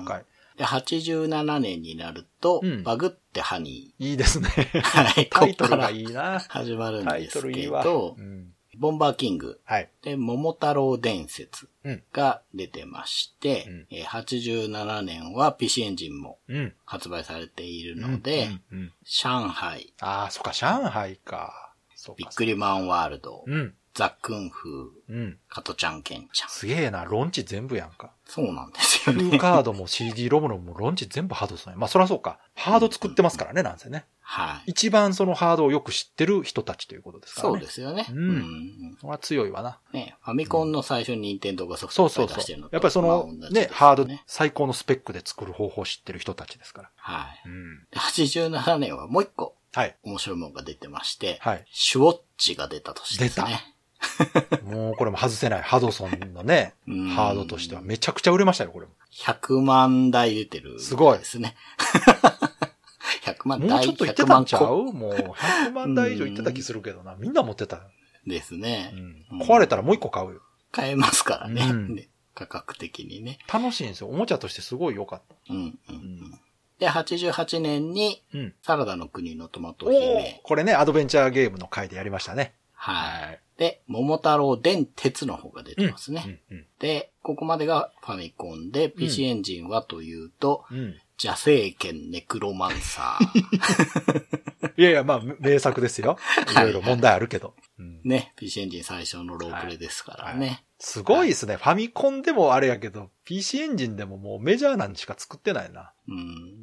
で、はちじゅうななねんになると、うん、バグってハニー。いいですね。 はい。 タイトルがいいな。 始まるんですけど、うん、ボンバーキング。はい。で、桃太郎伝説が出てまして、うん、えー、はちじゅうななねんは ピーシー エンジンも発売されているので、うんうんうん、上海。 ああ、そっか、上海か。 ビックリマンワールド。うん、ザ・クンフー。うん。加トちゃんケンちゃん。 すげえな、ロンチ全部やんか。 そうなんですよね。 フーカードも シーディー ロムのもロンチ全部ハドソンや。まあそりゃそうか。ハード作ってますからね、なんせね。はい。一番そのハードをよく知ってる人たちということですからね。 そうですよね。うん。 うん。それは強いわな。 ね、ファミコンの最初に任天堂がソフトを出してるのと、 そうそうそう。やっぱりその、まあ、ね、ハード最高のスペックで作る方法を知ってる人たちですから。 はい。うん。はちじゅうななねんはもう一個。はい。面白いものが出てまして。はい。シュウォッチが出た年ですね。 出た。もうこれも外せない。ハドソンのね、ハードとしてはめちゃくちゃ売れましたよ、これも。 ひゃくまんだい出てる、 すごいですね。ひゃくまんだい。もうちょっと言ってたんちゃう？もうひゃくまんだい以上言ってた気するけどな。みんな持ってた。 ですね、 うん。壊れたらもう一個買うよ。 買えますからね。うん、価格的にね。 楽しいんですよ。おもちゃとしてすごい良かった。うんうんうん。で、はちじゅうはちねんに、うん、サラダの国のトマト姫。 これね、アドベンチャーゲームの回でやりましたね。 はい。で、桃太郎電鉄の方が出てますね。うんうんうん、で、ここまでがファミコンで、ピーシー エンジンはというと、うん、邪聖剣ネクロマンサー。 いやいや、まあ、名作ですよ。いろいろ問題あるけど。 はいはいうん、ね、ピーシー エンジン最初のロープレですからね。はいはい、 すごいですね、はい。ファミコンでもあれやけど、ピーシー エンジンでももうメジャーなんしか作ってないな。 うん、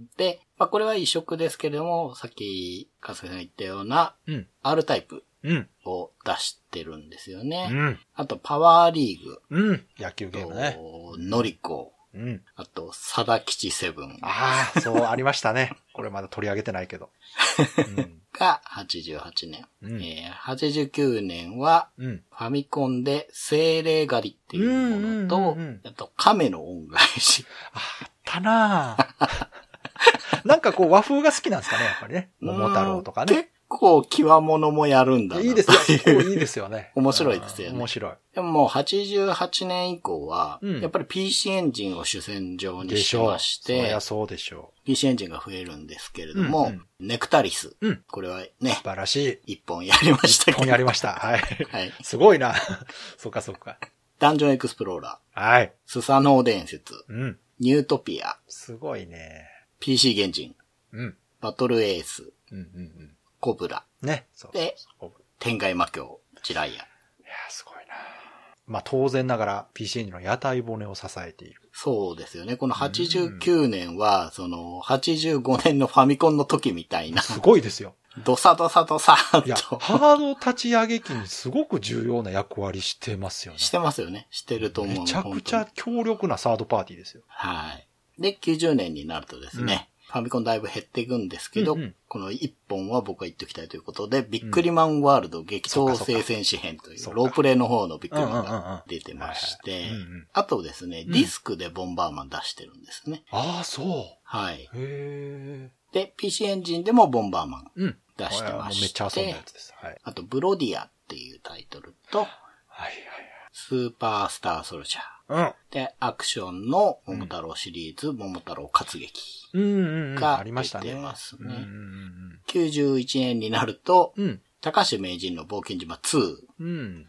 で、まあこれは異色ですけれども、さっき、かすかさん言ったような、うん、R タイプ。を出してるんですよね。うん、あと、パワーリーグ。 うん。野球ゲームね。 ノリコ。うん。あと、サダキチセブン。 ああ、そうありましたね。これまだ取り上げてないけど。 うん、が、はちじゅうはちねん。うんえー、はちじゅうきゅうねんは、うん、ファミコンで精霊狩りっていうものと、うんうんうんうん、あと、亀の恩返し。 あったなぁ。なんかこう和風が好きなんですかね、やっぱりね。桃太郎とかね。 結構極物もやるんだな。 いいですよ。結構いいですよね。 面白いですよね。 面白い。 でももうはちじゅうはちねん以降は、うん、やっぱり ピーシー エンジンを主戦場にしてまして、 そりゃそうでしょう。 ピーシー エンジンが増えるんですけれども、うんうん、ネクタリス。うん、これはね、 素晴らしい。一本やりましたけど。 一本やりました。はい。はい、すごいな。そっかそっか。 ダンジョンエクスプローラー。はい。 スサノオ伝説。うん。ニュートピア。 すごいね。 ピーシー 原人。うん。バトルエース。うんうんうん。コブラ。 ね。 そうで、天外魔境、ジライア。いやー、すごいな。まあ当然ながら ピーシー エンジンの屋台骨を支えている。 そうですよね。このはちじゅうきゅうねんは、その、はちじゅうごねんのファミコンの時みたいな。 すごいですよ。 ドサドサドサーっと。いや、 ハード立ち上げ機にすごく重要な役割してますよね。 してますよね。してると思う。 めちゃくちゃ強力なサードパーティーですよ。 はい。で、きゅうじゅうねんになるとですね、うん、ファミコンだいぶ減っていくんですけど、うんうん、このいっぽんは僕が言っておきたいということで、ビックリマンワールド激闘聖戦士編というロープレイの方のビックリマンが出てまして、あとですね、ディスクでボンバーマン出してるんですね。 ああ、そう。 はい。 へで、ピーシー エンジンでもボンバーマン出してまして、 めっちゃ遊んだやつです。はい。 あと、ブロディアっていうタイトルと、はいはいはい、スーパースターソルジャー。うん。で、アクションの桃太郎シリーズ、うん、桃太郎活劇が出てますね。きゅうじゅういちねんになると、うん、高橋名人の冒険島ツー、うん、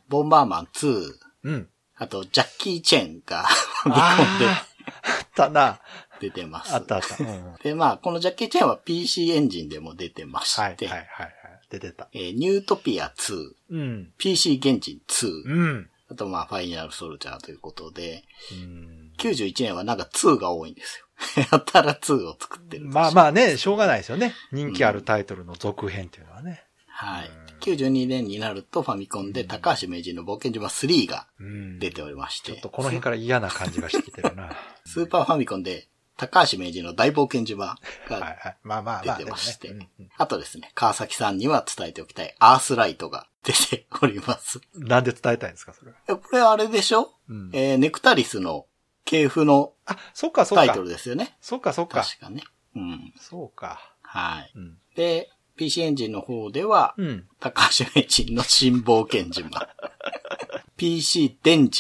ボンバーマンツー、うん、あと、ジャッキー・チェンがファミコンであったな。 出てます。 あったあった。うん、 で、まあ、このジャッキー・チェンは ピーシー エンジンでも出てまして、はいはいはいはい。出てた。 えー、ニュートピアツー、うん、ピーシー 原人ツー、うんあとまあ、ファイナルソルジャーということで、うんきゅうじゅういちねんはなんかツーが多いんですよ。やったらツーを作ってる。 まあまあね、しょうがないですよね。人気あるタイトルの続編っていうのはね。 うん、はい。きゅうじゅうにねんになるとファミコンで高橋名人の冒険島スリーが出ておりまして。 ちょっとこの辺から嫌な感じがしてきてるな。 スーパーファミコンで高橋名人の大冒険島が出てまして。あとですね、川崎さんには伝えておきたいアースライトが出ております。 なんで伝えたいんですか、それ。 これあれでしょ、うんえー、ネクタリスの系譜のタイトルですよね。 そっかそっか。 確かね。うん。 そうか。 はい。うん、で、ピーシー エンジンの方では、うん、高橋名人の新冒険島。ピーシー 電人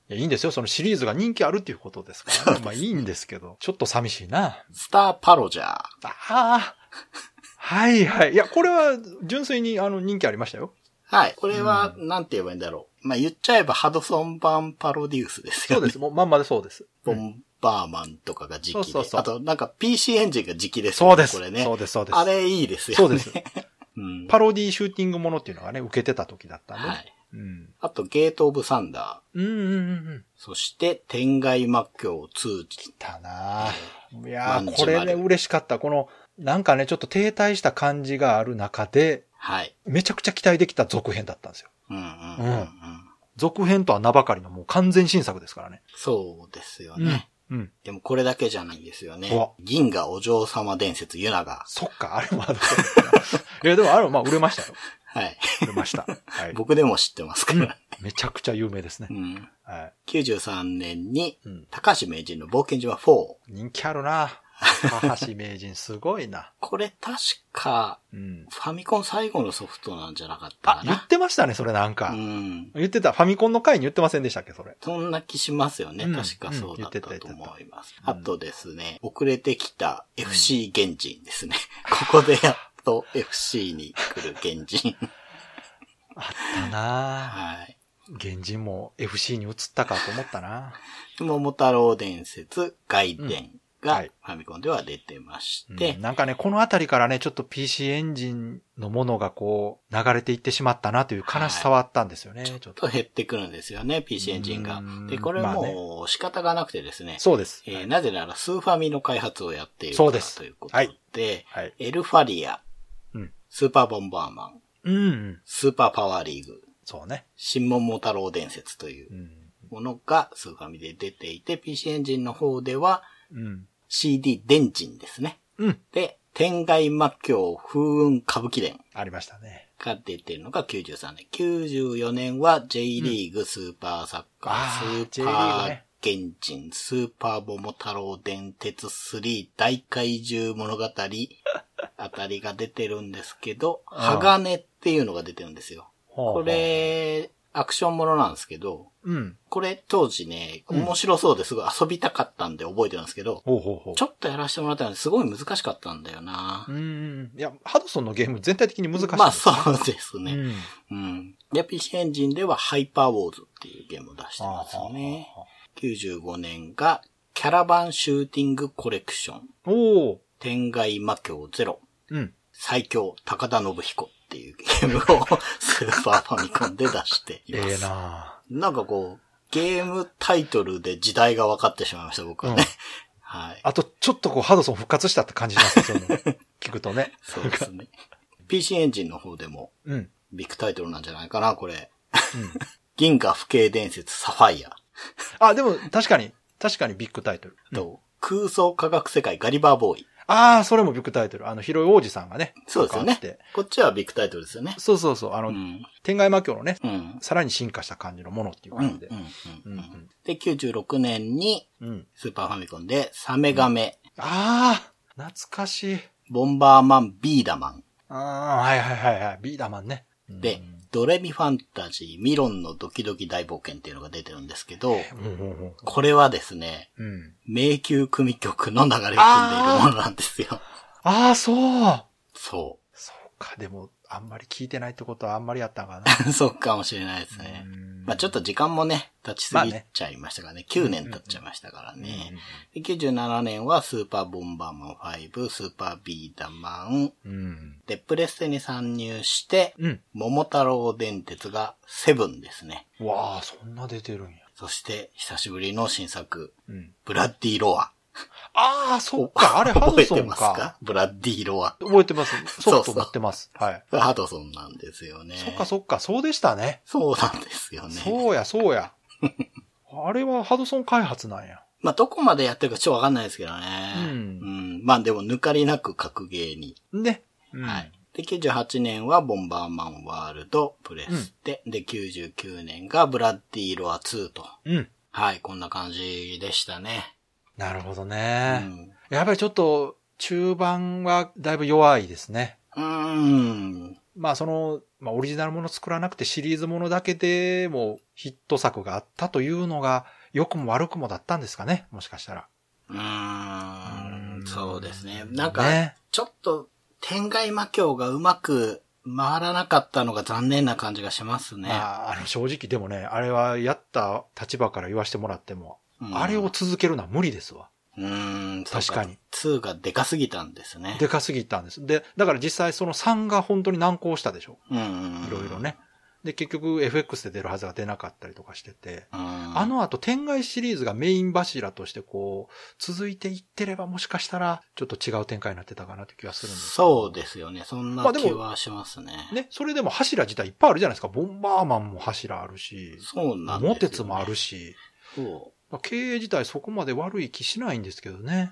いや、いいんですよ。そのシリーズが人気あるっていうことですからね。まあいいんですけど、ちょっと寂しいな。 スターパロジャー。ああ。はいはい。いや、これは純粋にあの人気ありましたよ。 はい。これは、なんて言えばいいんだろう。まあ言っちゃえばハドソン版パロデュースですよね。 そうです。もうまんまでそうです。 ボンバーマンとかが時期で。 そうそうそう。 あと、なんか ピーシー エンジンが時期ですよね。 そうです。 これね。 そうです、そうです。 あれいいですよね。 そうです。 うん、 パロディシューティングものっていうのがね、受けてた時だったんで。はい。 うん、あと、ゲートオブサンダー。うんうんうんうん。 そして、天外魔境に。 来たなぁ。いやー、これね、嬉しかった。この、なんかね、ちょっと停滞した感じがある中で、はい。めちゃくちゃ期待できた続編だったんですよ。うんうんうん、うん。続編とは名ばかりのもう完全新作ですからね。 そうですよね。うん。うん、でもこれだけじゃないんですよね。銀河お嬢様伝説ユナが。 そっか、あれもある。いや、でもあれ、まあ売れましたよ。はい。売れました。 はい。僕でも知ってますから、ねうん。めちゃくちゃ有名ですね。うん。 はい。きゅうじゅうさんねんに、うん、高橋名人の冒険島フォー。 人気あるな。高橋名人すごいな。 これ確か、うん、ファミコン最後のソフトなんじゃなかったかな。 あ、言ってましたね、それなんか。うん、言ってた。ファミコンの回に言ってませんでしたっけ、それ。 そんな気しますよね。うん、確かそうだったと思います。うん、あとですね、遅れてきた エフシー 原人ですね。うん、ここでやっと エフシー に来る原人。 あったなはい。原人も エフシー に移ったかと思ったな桃太郎伝説、外伝。うんがファミコンでは出てまして、はいうん。なんかね、このあたりからね、ちょっと ピーシー エンジンのものがこう、流れていってしまったなという悲しさはあったんですよね。はい、 ちょっと減ってくるんですよね、ピーシー エンジンが。で、これも仕方がなくてですね。 そうです。 えーはい、なぜならスーファミの開発をやっているからということで、ではいはい、エルファリア、うん、スーパーボンバーマン、うん、スーパーパワーリーグ、 そうね。 新桃太郎伝説というものがスーファミで出ていて、ピーシー エンジンの方では、うんシーディー 電人ですね。うん。で、天外魔境風雲歌舞伎伝。 ありましたね。 が出てるのがきゅうじゅうさんねん。きゅうじゅうよねんは J リーグ、うん、スーパーサッカー、スーパー原人、ね、スーパー桃太郎電鉄スリー大怪獣物語あたりが出てるんですけど、鋼っていうのが出てるんですよ。これ、アクションものなんですけど、うん、これ当時ね、面白そうですごい遊びたかったんで覚えてるんですけど、うん、ほうほうほうちょっとやらせてもらったのですごい難しかったんだよな。 うん。いや、ハドソンのゲーム全体的に難しいですね。 まあそうですね。うん。うん。で、ピーシー エンジンではハイパーウォーズっていうゲームを出してますよね。きゅうじゅうごねんがキャラバンシューティングコレクション。おー。天外魔境ゼロ。うん。最強高田信彦。っていうゲームをスーパーファミコンで出しています。ええなぁ。なんかこう、ゲームタイトルで時代が分かってしまいました、僕はね。うん、 はい。あと、ちょっとこう、ハドソン復活したって感じしますね、その聞くとね。 そうですね。ピーシー エンジンの方でも、うん。ビッグタイトルなんじゃないかな、これ。うん、銀河不敬伝説サファイア。 あ、でも、確かに、確かにビッグタイトル。 と、うん、空想科学世界ガリバーボーイ。 ああ、それもビッグタイトル。あの、広い王子さんがね。 そうですよね。こっちはビッグタイトルですよね。 そうそうそう。あの、うん、天外魔境のね、うん、さらに進化した感じのものっていう感じで。 で、きゅうじゅうろくねんに、スーパーファミコンで、サメガメ。 うん、ああ、懐かしい。 ボンバーマン、ビーダマン。 ああ、はいはいはいはい。ビーダマンね。 で、ドレミファンタジー、ミロンのドキドキ大冒険っていうのが出てるんですけど、これはですね、うん、迷宮組曲の流れを組んでいるものなんですよ。 ああ、そう。 そう。 そうか、でも、あんまり聞いてないってことはあんまりあったかな。そうかもしれないですね。まあちょっと時間もね、経ちすぎちゃいましたからね。まあ、ねきゅうねん経っちゃいましたからね。できゅうじゅうななねんはスーパーボンバーマンファイブ、スーパービーダマン。うん、で、プレステに参入して、うん、桃太郎電鉄がセブンですね。 わあ、そんな出てるんや。 そして、久しぶりの新作、うん、ブラッディロア。 ああ、そっか。あれ、ハドソンか。 覚えてますか？ブラッディロア。 覚えてます。ソフト持ってます。はい。 ハドソンなんですよね。 そっかそっか。そうでしたね。 そうなんですよね。 そうや、そうや。あれはハドソン開発なんや。 まあ、どこまでやってるかちょっとわかんないですけどね。うん。うん、まあ、でも、抜かりなく格ゲーに。ね。うん、はい。で、きゅうじゅうはちねんはボンバーマンワールドプレステ。うん、で、きゅうじゅうきゅうねんがブラッディロアツーと。うん。はい、こんな感じでしたね。 なるほどね、うん。やっぱりちょっと中盤はだいぶ弱いですね。 うーん。 まあその、まあオリジナルもの作らなくてシリーズものだけでもヒット作があったというのが、良くも悪くもだったんですかね、もしかしたら。 うーん、そうですね。なんか、ね、ちょっと、天外魔境がうまく回らなかったのが残念な感じがしますね。 まあ、あの正直でもね、あれはやった立場から言わせてもらっても、うん、あれを続けるのは無理ですわ。 うーん、 確かに。 にがでかすぎたんですね。 でかすぎたんです。で、だから実際そのさんが本当に難航したでしょ。 うんうんうん、 いろいろね。で、結局 エフエックス で出るはずが出なかったりとかしてて、うん、あの後天外シリーズがメイン柱としてこう、続いていってればもしかしたら、ちょっと違う展開になってたかなって気がするんですけど。そうですよね。そんな気はしますね。まあ、 ね、それでも柱自体いっぱいあるじゃないですか。ボンバーマンも柱あるし、 そうなんですよね。 モテツもあるし、 そう。 経営自体そこまで悪い気しないんですけどね。 うん。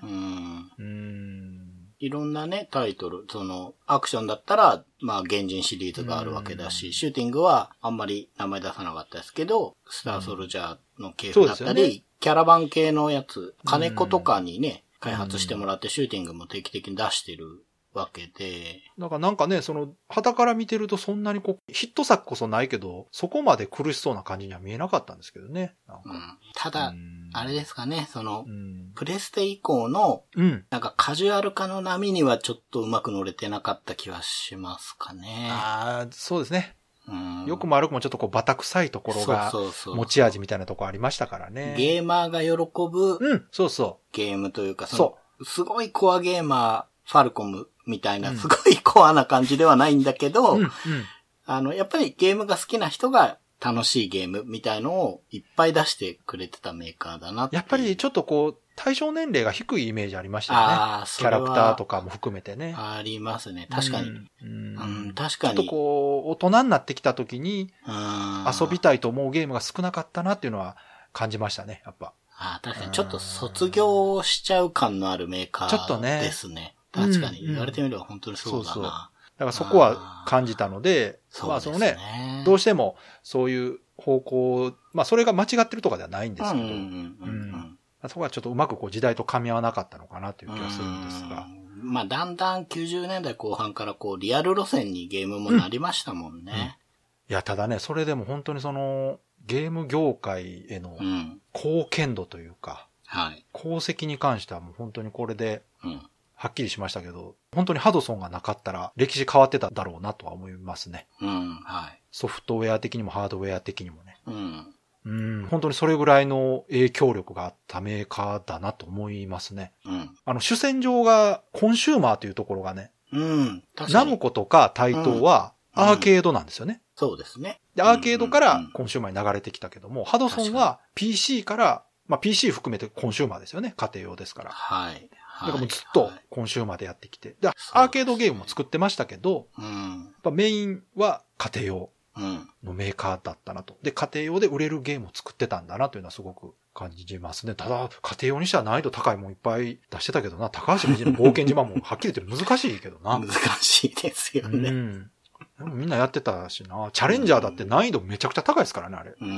うーん。 いろんなね、タイトル、その、アクションだったら、まあ、原人シリーズがあるわけだし、シューティングはあんまり名前出さなかったですけど、スターソルジャーの系譜だったり、ね、キャラバン系のやつ、金子とかにね、開発してもらってシューティングも定期的に出してるわけで。 だからなんかね、その、旗から見てるとそんなにこう、ヒット作こそないけど、そこまで苦しそうな感じには見えなかったんですけどね。なんかうん、ただ、あれですかね、その、 うん、 プレステ以降の、 うん、 なんかカジュアル化の波にはちょっとうまく乗れてなかった気はしますかね。 ああ、そうですね。 うん、 よくも悪くもちょっとこうバタ臭いところが持ち味みたいなところありましたからね。 ゲーマーが喜ぶ、 うん、そうそう。 ゲームというか、そのすごいコアゲーマー、ファルコムみたいな、すごいコアな感じではないんだけど、 うんうん、 あの、やっぱりゲームが好きな人が楽しいゲームみたいのをいっぱい出してくれてたメーカーだなって。 やっぱりちょっとこう、対象年齢が低いイメージありましたよね。あキャラクターとかも含めてね。 ありますね。確かに。うんうんうん、確かに。 ちょっとこう、大人になってきた時に、遊びたいと思うゲームが少なかったなっていうのは感じましたね、やっぱ。 あ確かに。ちょっと卒業しちゃう感のあるメーカーですね。ちょっとね。確かに。言われてみれば本当にそうだな。そうそう。だからそこは感じたので、まあそのね、どうしてもそういう方向、まあそれが間違ってるとかではないんですけど、そこはちょっとうまくこう時代と噛み合わなかったのかなという気がするんですが。 まあだんだんきゅうじゅうねんだいこう半からこうリアル路線にゲームもなりましたもんね。うんうん、いや、ただね、それでも本当にそのゲーム業界への貢献度というか、 うん、はい、 功績に関してはもう本当にこれで、 うんはっきりしましたけど、本当にハドソンがなかったら歴史変わってただろうなとは思いますね。 うん、はい。 ソフトウェア的にもハードウェア的にもね。 うん。 うん、本当にそれぐらいの影響力があったメーカーだなと思いますね。 うん。 あの、主戦場がコンシューマーというところがね。 うん。 確かに。ナムコとか台東はアーケードなんですよね。 うん、そうですね。 で、アーケードからコンシューマーに流れてきたけども、ハドソンは ピーシー から、まあ ピーシー 含めてコンシューマーですよね。家庭用ですから。 はい。 だからもうずっとコンシューマーでやってきて。で、アーケードゲームも作ってましたけど、 うん、 やっぱメインは家庭用のメーカーだったなと。で、家庭用で売れるゲームを作ってたんだなというのはすごく感じますね。ただ、家庭用にしては難易度高いもんいっぱい出してたけどな。高橋名人の冒険島もはっきり言って難しいけどな。 難しいですよね。 うん。でもみんなやってたしな。チャレンジャーだって難易度めちゃくちゃ高いですからね、あれ。 うん、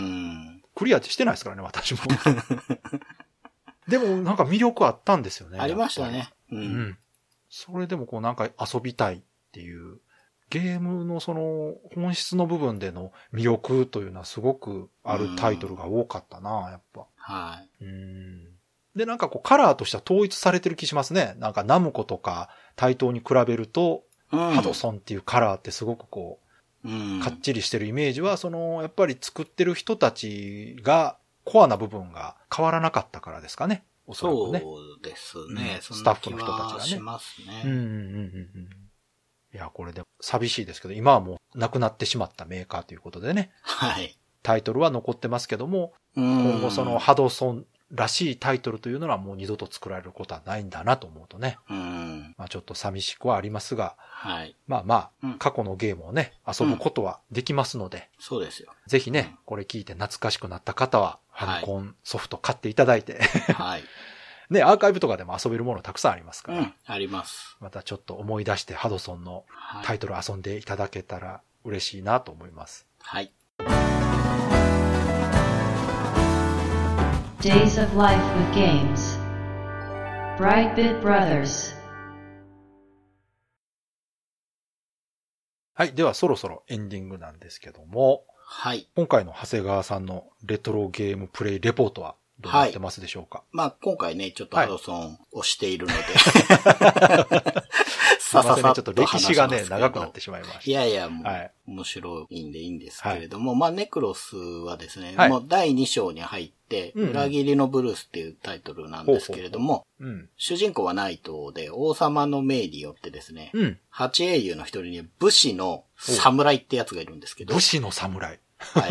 クリアしてないですからね、私も。でもなんか魅力あったんですよね。 ありましたね。 うん。うん。それでもこうなんか遊びたいっていう、ゲームのその本質の部分での魅力というのはすごくあるタイトルが多かったな、やっぱ。 はい。 うん。で、なんかこうカラーとしては統一されてる気しますね。なんかナムコとか台東に比べると、うん、ハドソンっていうカラーってすごくこう、うん、かっちりしてるイメージは、その、やっぱり作ってる人たちが、コアな部分が変わらなかったからですかね。おそらくね。 そうですね。 うん、スタッフの人たちがね。 しますね。 うんうんうんうん。いや、これで寂しいですけど、今はもうなくなってしまったメーカーということでね。 はい。 タイトルは残ってますけども、今後そのハドソンらしいタイトルというのはもう二度と作られることはないんだなと思うとね。 うん。 まあちょっと寂しくはありますが、 はい。 まあまあ、 うん、 過去のゲームをね、遊ぶことはできますので、 うん、そうですよ。 ぜひね、これ聞いて懐かしくなった方は、ファミコンソフト買っていただいて、 はい。 ね、アーカイブとかでも遊べるものたくさんありますから。 うん、あります。 またちょっと思い出してハドソンのタイトル遊んでいただけたら嬉しいなと思います。 はい。 Days of Life with Games Brightbit Brothers はい。ではそろそろエンディングなんですけども。 はい。 今回の長谷川さんのレトロゲームプレイレポートはどうなってますでしょうか？はい、 まあ今回ね、ちょっとハドソンをしているので。はいさささっとちょっと歴史がね、長くなってしまいました。 いやいや、もう、はい、面白いんでいいんですけれども、はい、まあネクロスはですね、はい、もうだいに章に入って、うん、裏切りのブルースっていうタイトルなんですけれども、ほうほうほう、うん、主人公はナイトで王様の命によってですね、うん、八英雄の一人に武士の侍ってやつがいるんですけど。 武士の侍。はい。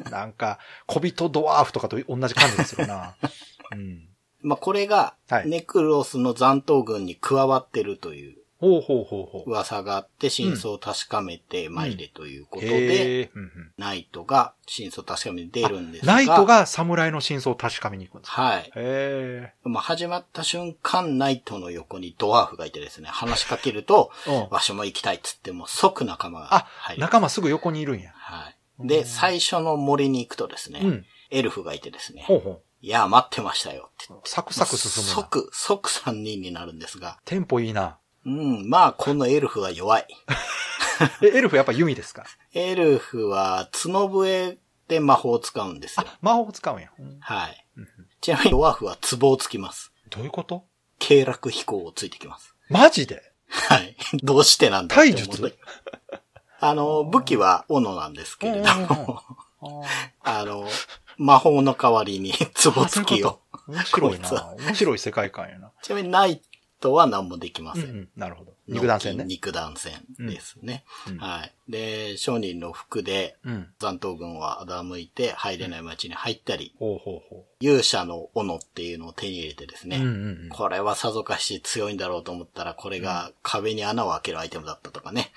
なんか、小人ドワーフとかと同じ感じでするな。うん。 まあ、これが、ネクロスの残党軍に加わってるという、噂があって、真相を確かめて参れということで、うんうん、ナイトが真相を確かめに出るんですが。 ナイトが侍の真相を確かめに行くんですか？ はい。へまあ、始まった瞬間、ナイトの横にドワーフがいてですね、話しかけると、わしも行きたいっつっても即仲間が入る。 あ、仲間すぐ横にいるんや。 はい。で、最初の森に行くとですね、うん、エルフがいてですね、ほうほういや、待ってましたよって。 サクサク進むな。 即、即さんにんになるんですが。 テンポいいな。 うん、まあ、このエルフは弱い。 え、エルフやっぱ弓ですか？ エルフは角笛で魔法を使うんですよ。 あ、魔法を使うんや。 はい。ちなみにドワーフは壺をつきます。 どういうこと？ 経絡飛行をついてきます。 マジで？ はい。どうしてなんだって思って。体術？あの、武器は斧なんですけれども。あの、魔法の代わりに、壺付きを。 面白いな。面白い世界観やな。 ちなみにナイトは何もできません。うんうん、 なるほど。肉弾戦ね。 肉弾戦ですね、うん。はい。で、商人の服で、残党軍は欺いて入れない町に入ったり、うん、勇者の斧っていうのを手に入れてですね、うんうんうん、これはさぞかし強いんだろうと思ったら、これが壁に穴を開けるアイテムだったとかね。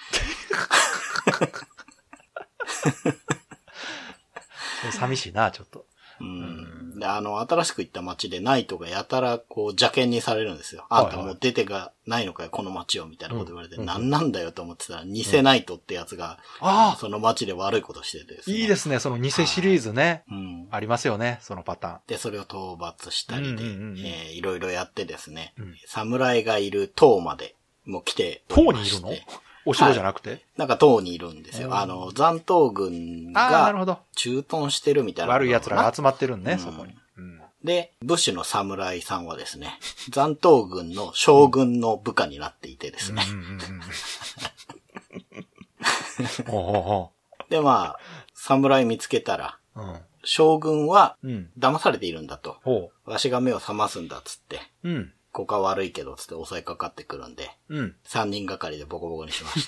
寂しいな、ちょっと。 うん。で、あの、新しく行った街でナイトがやたら、こう、邪険にされるんですよ。あんたもう出てがないのかよ、この街を、みたいなこと言われて、うん、何なんだよと思ってたら、偽ナイトってやつが、うん、その街で悪いことしててですね。 いいですね、その偽シリーズね。うん。ありますよね、そのパターン。 で、それを討伐したりで、うんうんうんうん、えー、いろいろやってですね、うん、侍がいる塔まで、もう来て塔にいるの？お城じゃなくて、はい、 なんか塔にいるんですよ。あの、残党軍が駐屯してるみたいな。 悪い奴らが集まってるんね、うん、そこに、うん。で、 武士の侍さんはですね、残党軍の将軍の部下になっていてですね。で、まあ、侍見つけたら、うん、将軍は騙されているんだと。うん、わしが目を覚ますんだっつって。うんここは悪いけど、つって襲いかかってくるんで、うん。三人がかりでボコボコにしまして。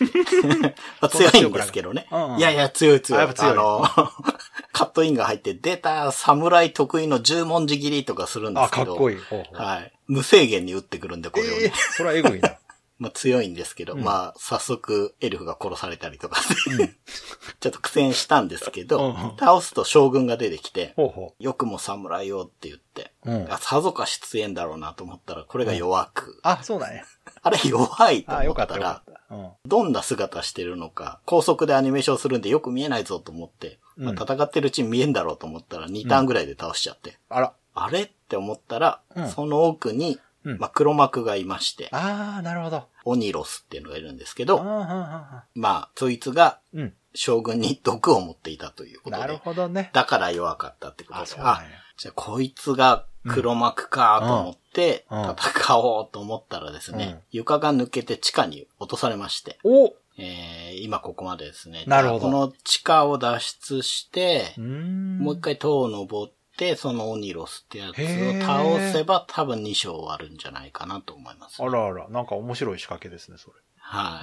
まあ、強いんですけどね。うんうん、いやいや、強い強い。あ, 強いあの、カットインが入って、出た侍得意の十文字切りとかするんですけど。 あ、かっこいい。ほうほうはい。無制限に撃ってくるんで、これをね。 えー、それはエグいな。 まあ強いんですけど、うん、まあ早速エルフが殺されたりとか、うん、ちょっと苦戦したんですけど、うん、倒すと将軍が出てきて、ほうほうよくも侍よって言って、うん、さぞかし強いんだろうなと思ったら、これが弱く。うん、 あ、そうだね。 あれ弱いと思ったら、うん、どんな姿してるのか、高速でアニメーションするんでよく見えないぞと思って、まあ、戦ってるうちに見えんだろうと思ったらにターンぐらいで倒しちゃって。あら。あれって思ったら、その奥に、うん、まあ、黒幕がいまして。 ああ、なるほど。 オニロスっていうのがいるんですけど、まあ、そいつが、将軍に毒を持っていたということで。 なるほどね。 だから弱かったってことで。あ、じゃあこいつが黒幕かと思って、戦おうと思ったらですね、うん、床が抜けて地下に落とされまして。おえー、今ここまでですね。なるほど。この地下を脱出して、もう一回塔を登って、で、そのオニロスってやつを倒せば多分に章終わるんじゃないかなと思います、 ね。あらあら、なんか面白い仕掛けですね、それ。 はい。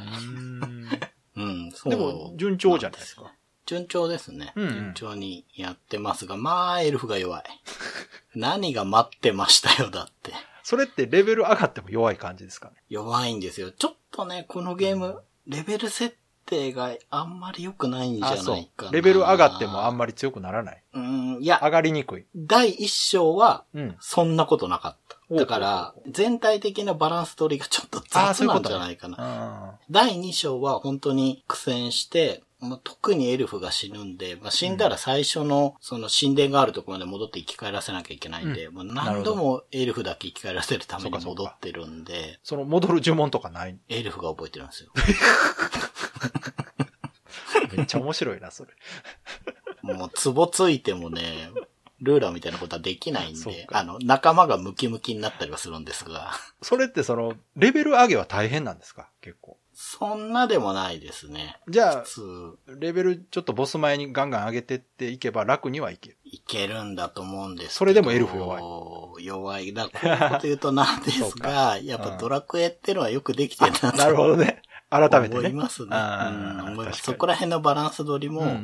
うん、そう。 でも、順調じゃないですか。 順調ですね、うんうん。順調にやってますが、まあ、エルフが弱い。何が待ってましたよ、だって。 それってレベル上がっても弱い感じですかね。 弱いんですよ。ちょっとね、このゲーム、レベル設定があんまり良くないんじゃないかな。 レベル上がってもあんまり強くならない。 うん、いや。 上がりにくい。 だいいっ章は、そんなことなかった。うん、だから、全体的なバランス取りがちょっと雑なんじゃないかな。だいに章は本当に苦戦して、まあ、特にエルフが死ぬんで、まあ、死んだら最初のその神殿があるところまで戻って生き返らせなきゃいけないんで、うん、まあ、何度もエルフだけ生き返らせるために戻ってるんで。 その戻る呪文とかない？ エルフが覚えてるんですよ。 めっちゃ面白いな、それ。 もう、ツボついてもね、ルーラーみたいなことはできないんで、あの、仲間がムキムキになったりはするんですが。 それってその、レベル上げは大変なんですか結構。 そんなでもないですね。 じゃあ、普通レベルちょっとボス前にガンガン上げてっていけば楽にはいける。 いけるんだと思うんですけど。 それでもエルフ弱い。弱い。だからこういうこと言うとなんですが、やっぱドラクエってのはよくできてるなと。 なるほどね。改めてね。 思いますね。うん、思います。そこら辺のバランス取りも、うんうんうん、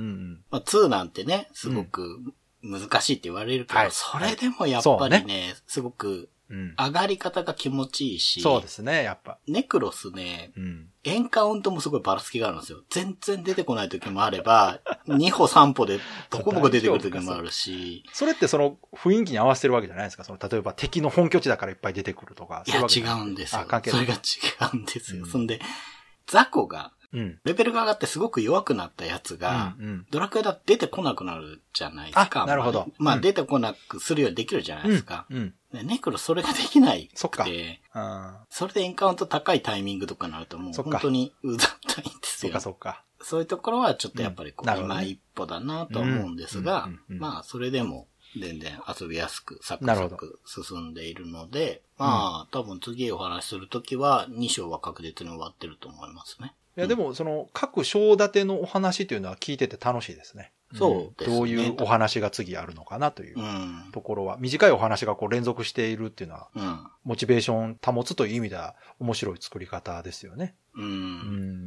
まあ、ツーなんてね、すごく難しいって言われるけど、うん、それでもやっぱりね、ねすごく、うん、上がり方が気持ちいいし。 そうですね、やっぱ。 ネクロスね、うん、エンカウントもすごいばらつきがあるんですよ。全然出てこない時もあれば、に歩さん歩でボコボコ出てくる時もあるし。 それってその雰囲気に合わせてるわけじゃないですか？その例えば敵の本拠地だからいっぱい出てくるとか。 いや、違うんですよ。 関係ない。 それが違うんですよ。うん、そんで、雑魚が、レベルが上がってすごく弱くなったやつが、うんうん、ドラクエだと出てこなくなるじゃないですか。 あ、なるほど。 まあ、うん、出てこなくするようにできるじゃないですか。うんうん、ネクロそれができないくて。 そっか。 それでエンカウント高いタイミングとかになるともう本当にうざったいんですよ。 そっかそっか。 そういうところはちょっとやっぱりこう、うん、今一歩だなと思うんですが、まあ、それでも全然遊びやすくサクサク進んでいるので、まあ、多分次お話しするときはに章は確実に終わってると思いますね。 いや、でも、その、各章立てのお話というのは聞いてて楽しいですね。 そうですね。 どういうお話が次あるのかなというところは、短いお話がこう連続しているっていうのは、うん、モチベーション保つという意味では面白い作り方ですよね。 うん。うん、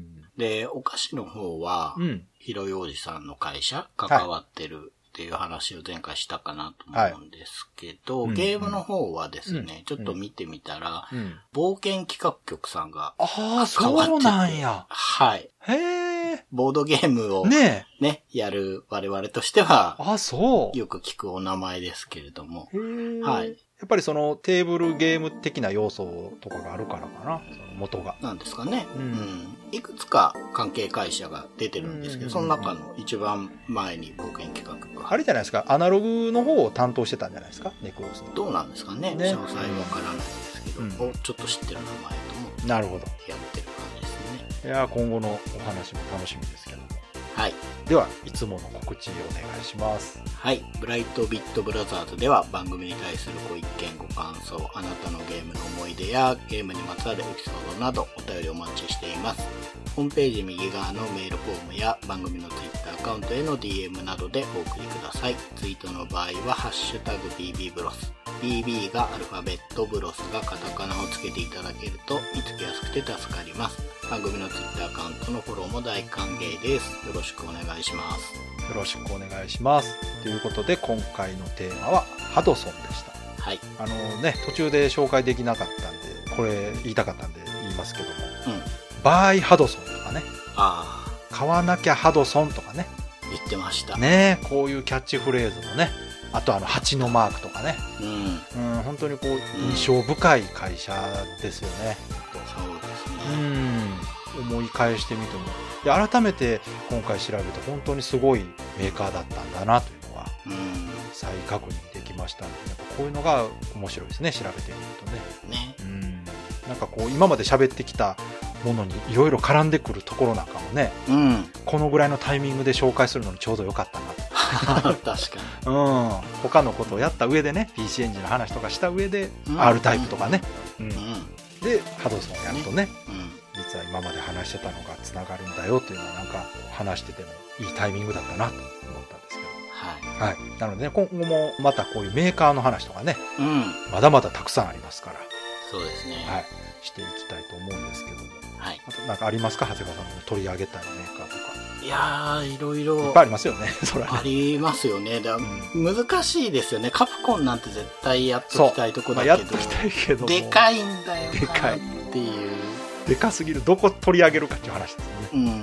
で、お菓子の方は、うん、ひろようじさんの会社関わってる、はいっていう話を前回したかなと思うんですけど、はい、ゲームの方はですね、うん、ちょっと見てみたら、うん、冒険企画局さんが関わってて、ああ、そうなんや。はい。へえ。ボードゲームをね、ね、やる我々としては、 あ、そう。 よく聞くお名前ですけれども、 はい。やっぱりそのテーブルゲーム的な要素とかがあるからかな、その元が。 なんですかね。うん。うん、いくつか関係会社が出てるんですけど、その中の一番前に冒険企画が。 あれじゃないですか、アナログの方を担当してたんじゃないですか、ネクロスの。 どうなんですかね。ね、詳細わからないですけど、うん、ちょっと知ってる名前とも。 なるほど。 やってる感じですね。 いや、今後のお話も楽しみですけども。 はい。 では、いつもの告知をお願いします。 はい。ブライトビットブラザーズでは番組に対するご意見、ご感想、あなたのゲームの思い出やゲームにまつわるエピソードなどお便りお待ちしています。ホームページ右側のメールフォームや番組のツイッターアカウントへの ディーエム などでお送りください。ツイートの場合はハッシュタグ ビービー ブロス。ビービー がアルファベット、ブロスがカタカナをつけていただけると見つけやすくて助かります。番組のツイッターアカウントのフォローも大歓迎です。よろしくお願いします。 よろしくお願いします。ということで今回のテーマはハドソンでした。 はい。 あのね、途中で紹介できなかったんで、これ言いたかったんで言いますけども、うん、バーイハドソンとかね、 ああ、買わなきゃハドソンとかね、 言ってましたね。こういうキャッチフレーズもね、あとあの蜂のマークとかね、うん、うん、本当にこう印象深い会社ですよね。 うん、そうですね。 うん、思い返してみても、で改めて今回調べて本当にすごいメーカーだったんだなというのは、うん、再確認できましたので、やっぱこういうのが面白いですね、調べてみるとね。 ね、 うん、なんかこう今まで喋ってきたものにいろいろ絡んでくるところなんかもね、うん、このぐらいのタイミングで紹介するのにちょうどよかったなと。 確かに、 うん、他のことをやった上でね、 ピーシー エンジンの話とかした上で、うん、アール タイプとかね、うんうん、でハドソンをやるとね、ね、うん、実は今まで話してたのがつながるんだよというのはなんか話しててもいいタイミングだったなと思ったんですけど、はい、はい、なので、ね、今後もまたこういうメーカーの話とかね、うん、まだまだたくさんありますから、 そうですね、 はい、していきたいと思うんですけども、 はい、 あとなんかありますか、長谷川さんの取り上げたいメーカーとか。 いやー、いろいろいっぱいありますよね。それはね、 ありますよね。だ、うん、難しいですよね。カプコンなんて絶対やっときたいとこだけど、まあ、やっときたいけどでかいんだよなっていう。 でかすぎる。どこ取り上げるかっていう話ですよね。 うん、うん、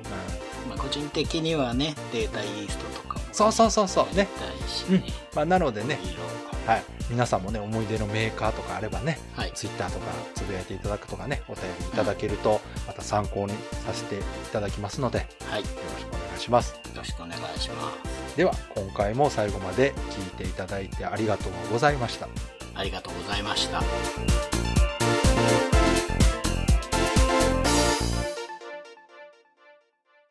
まあ、個人的にはね、データイーストとかも、ね、 そうそうそうそうね。 やりたいしね、 うん、まあ、なのでね、はい、皆さんもね、思い出のメーカーとかあればね、はい、ツイッターとかつぶやいていただくとかね、お便りいただけると、また参考にさせていただきますので、はい、よろしくお願いします。よろしくお願いします。 では、今回も最後まで聞いていただいてありがとうございました。 ありがとうございました。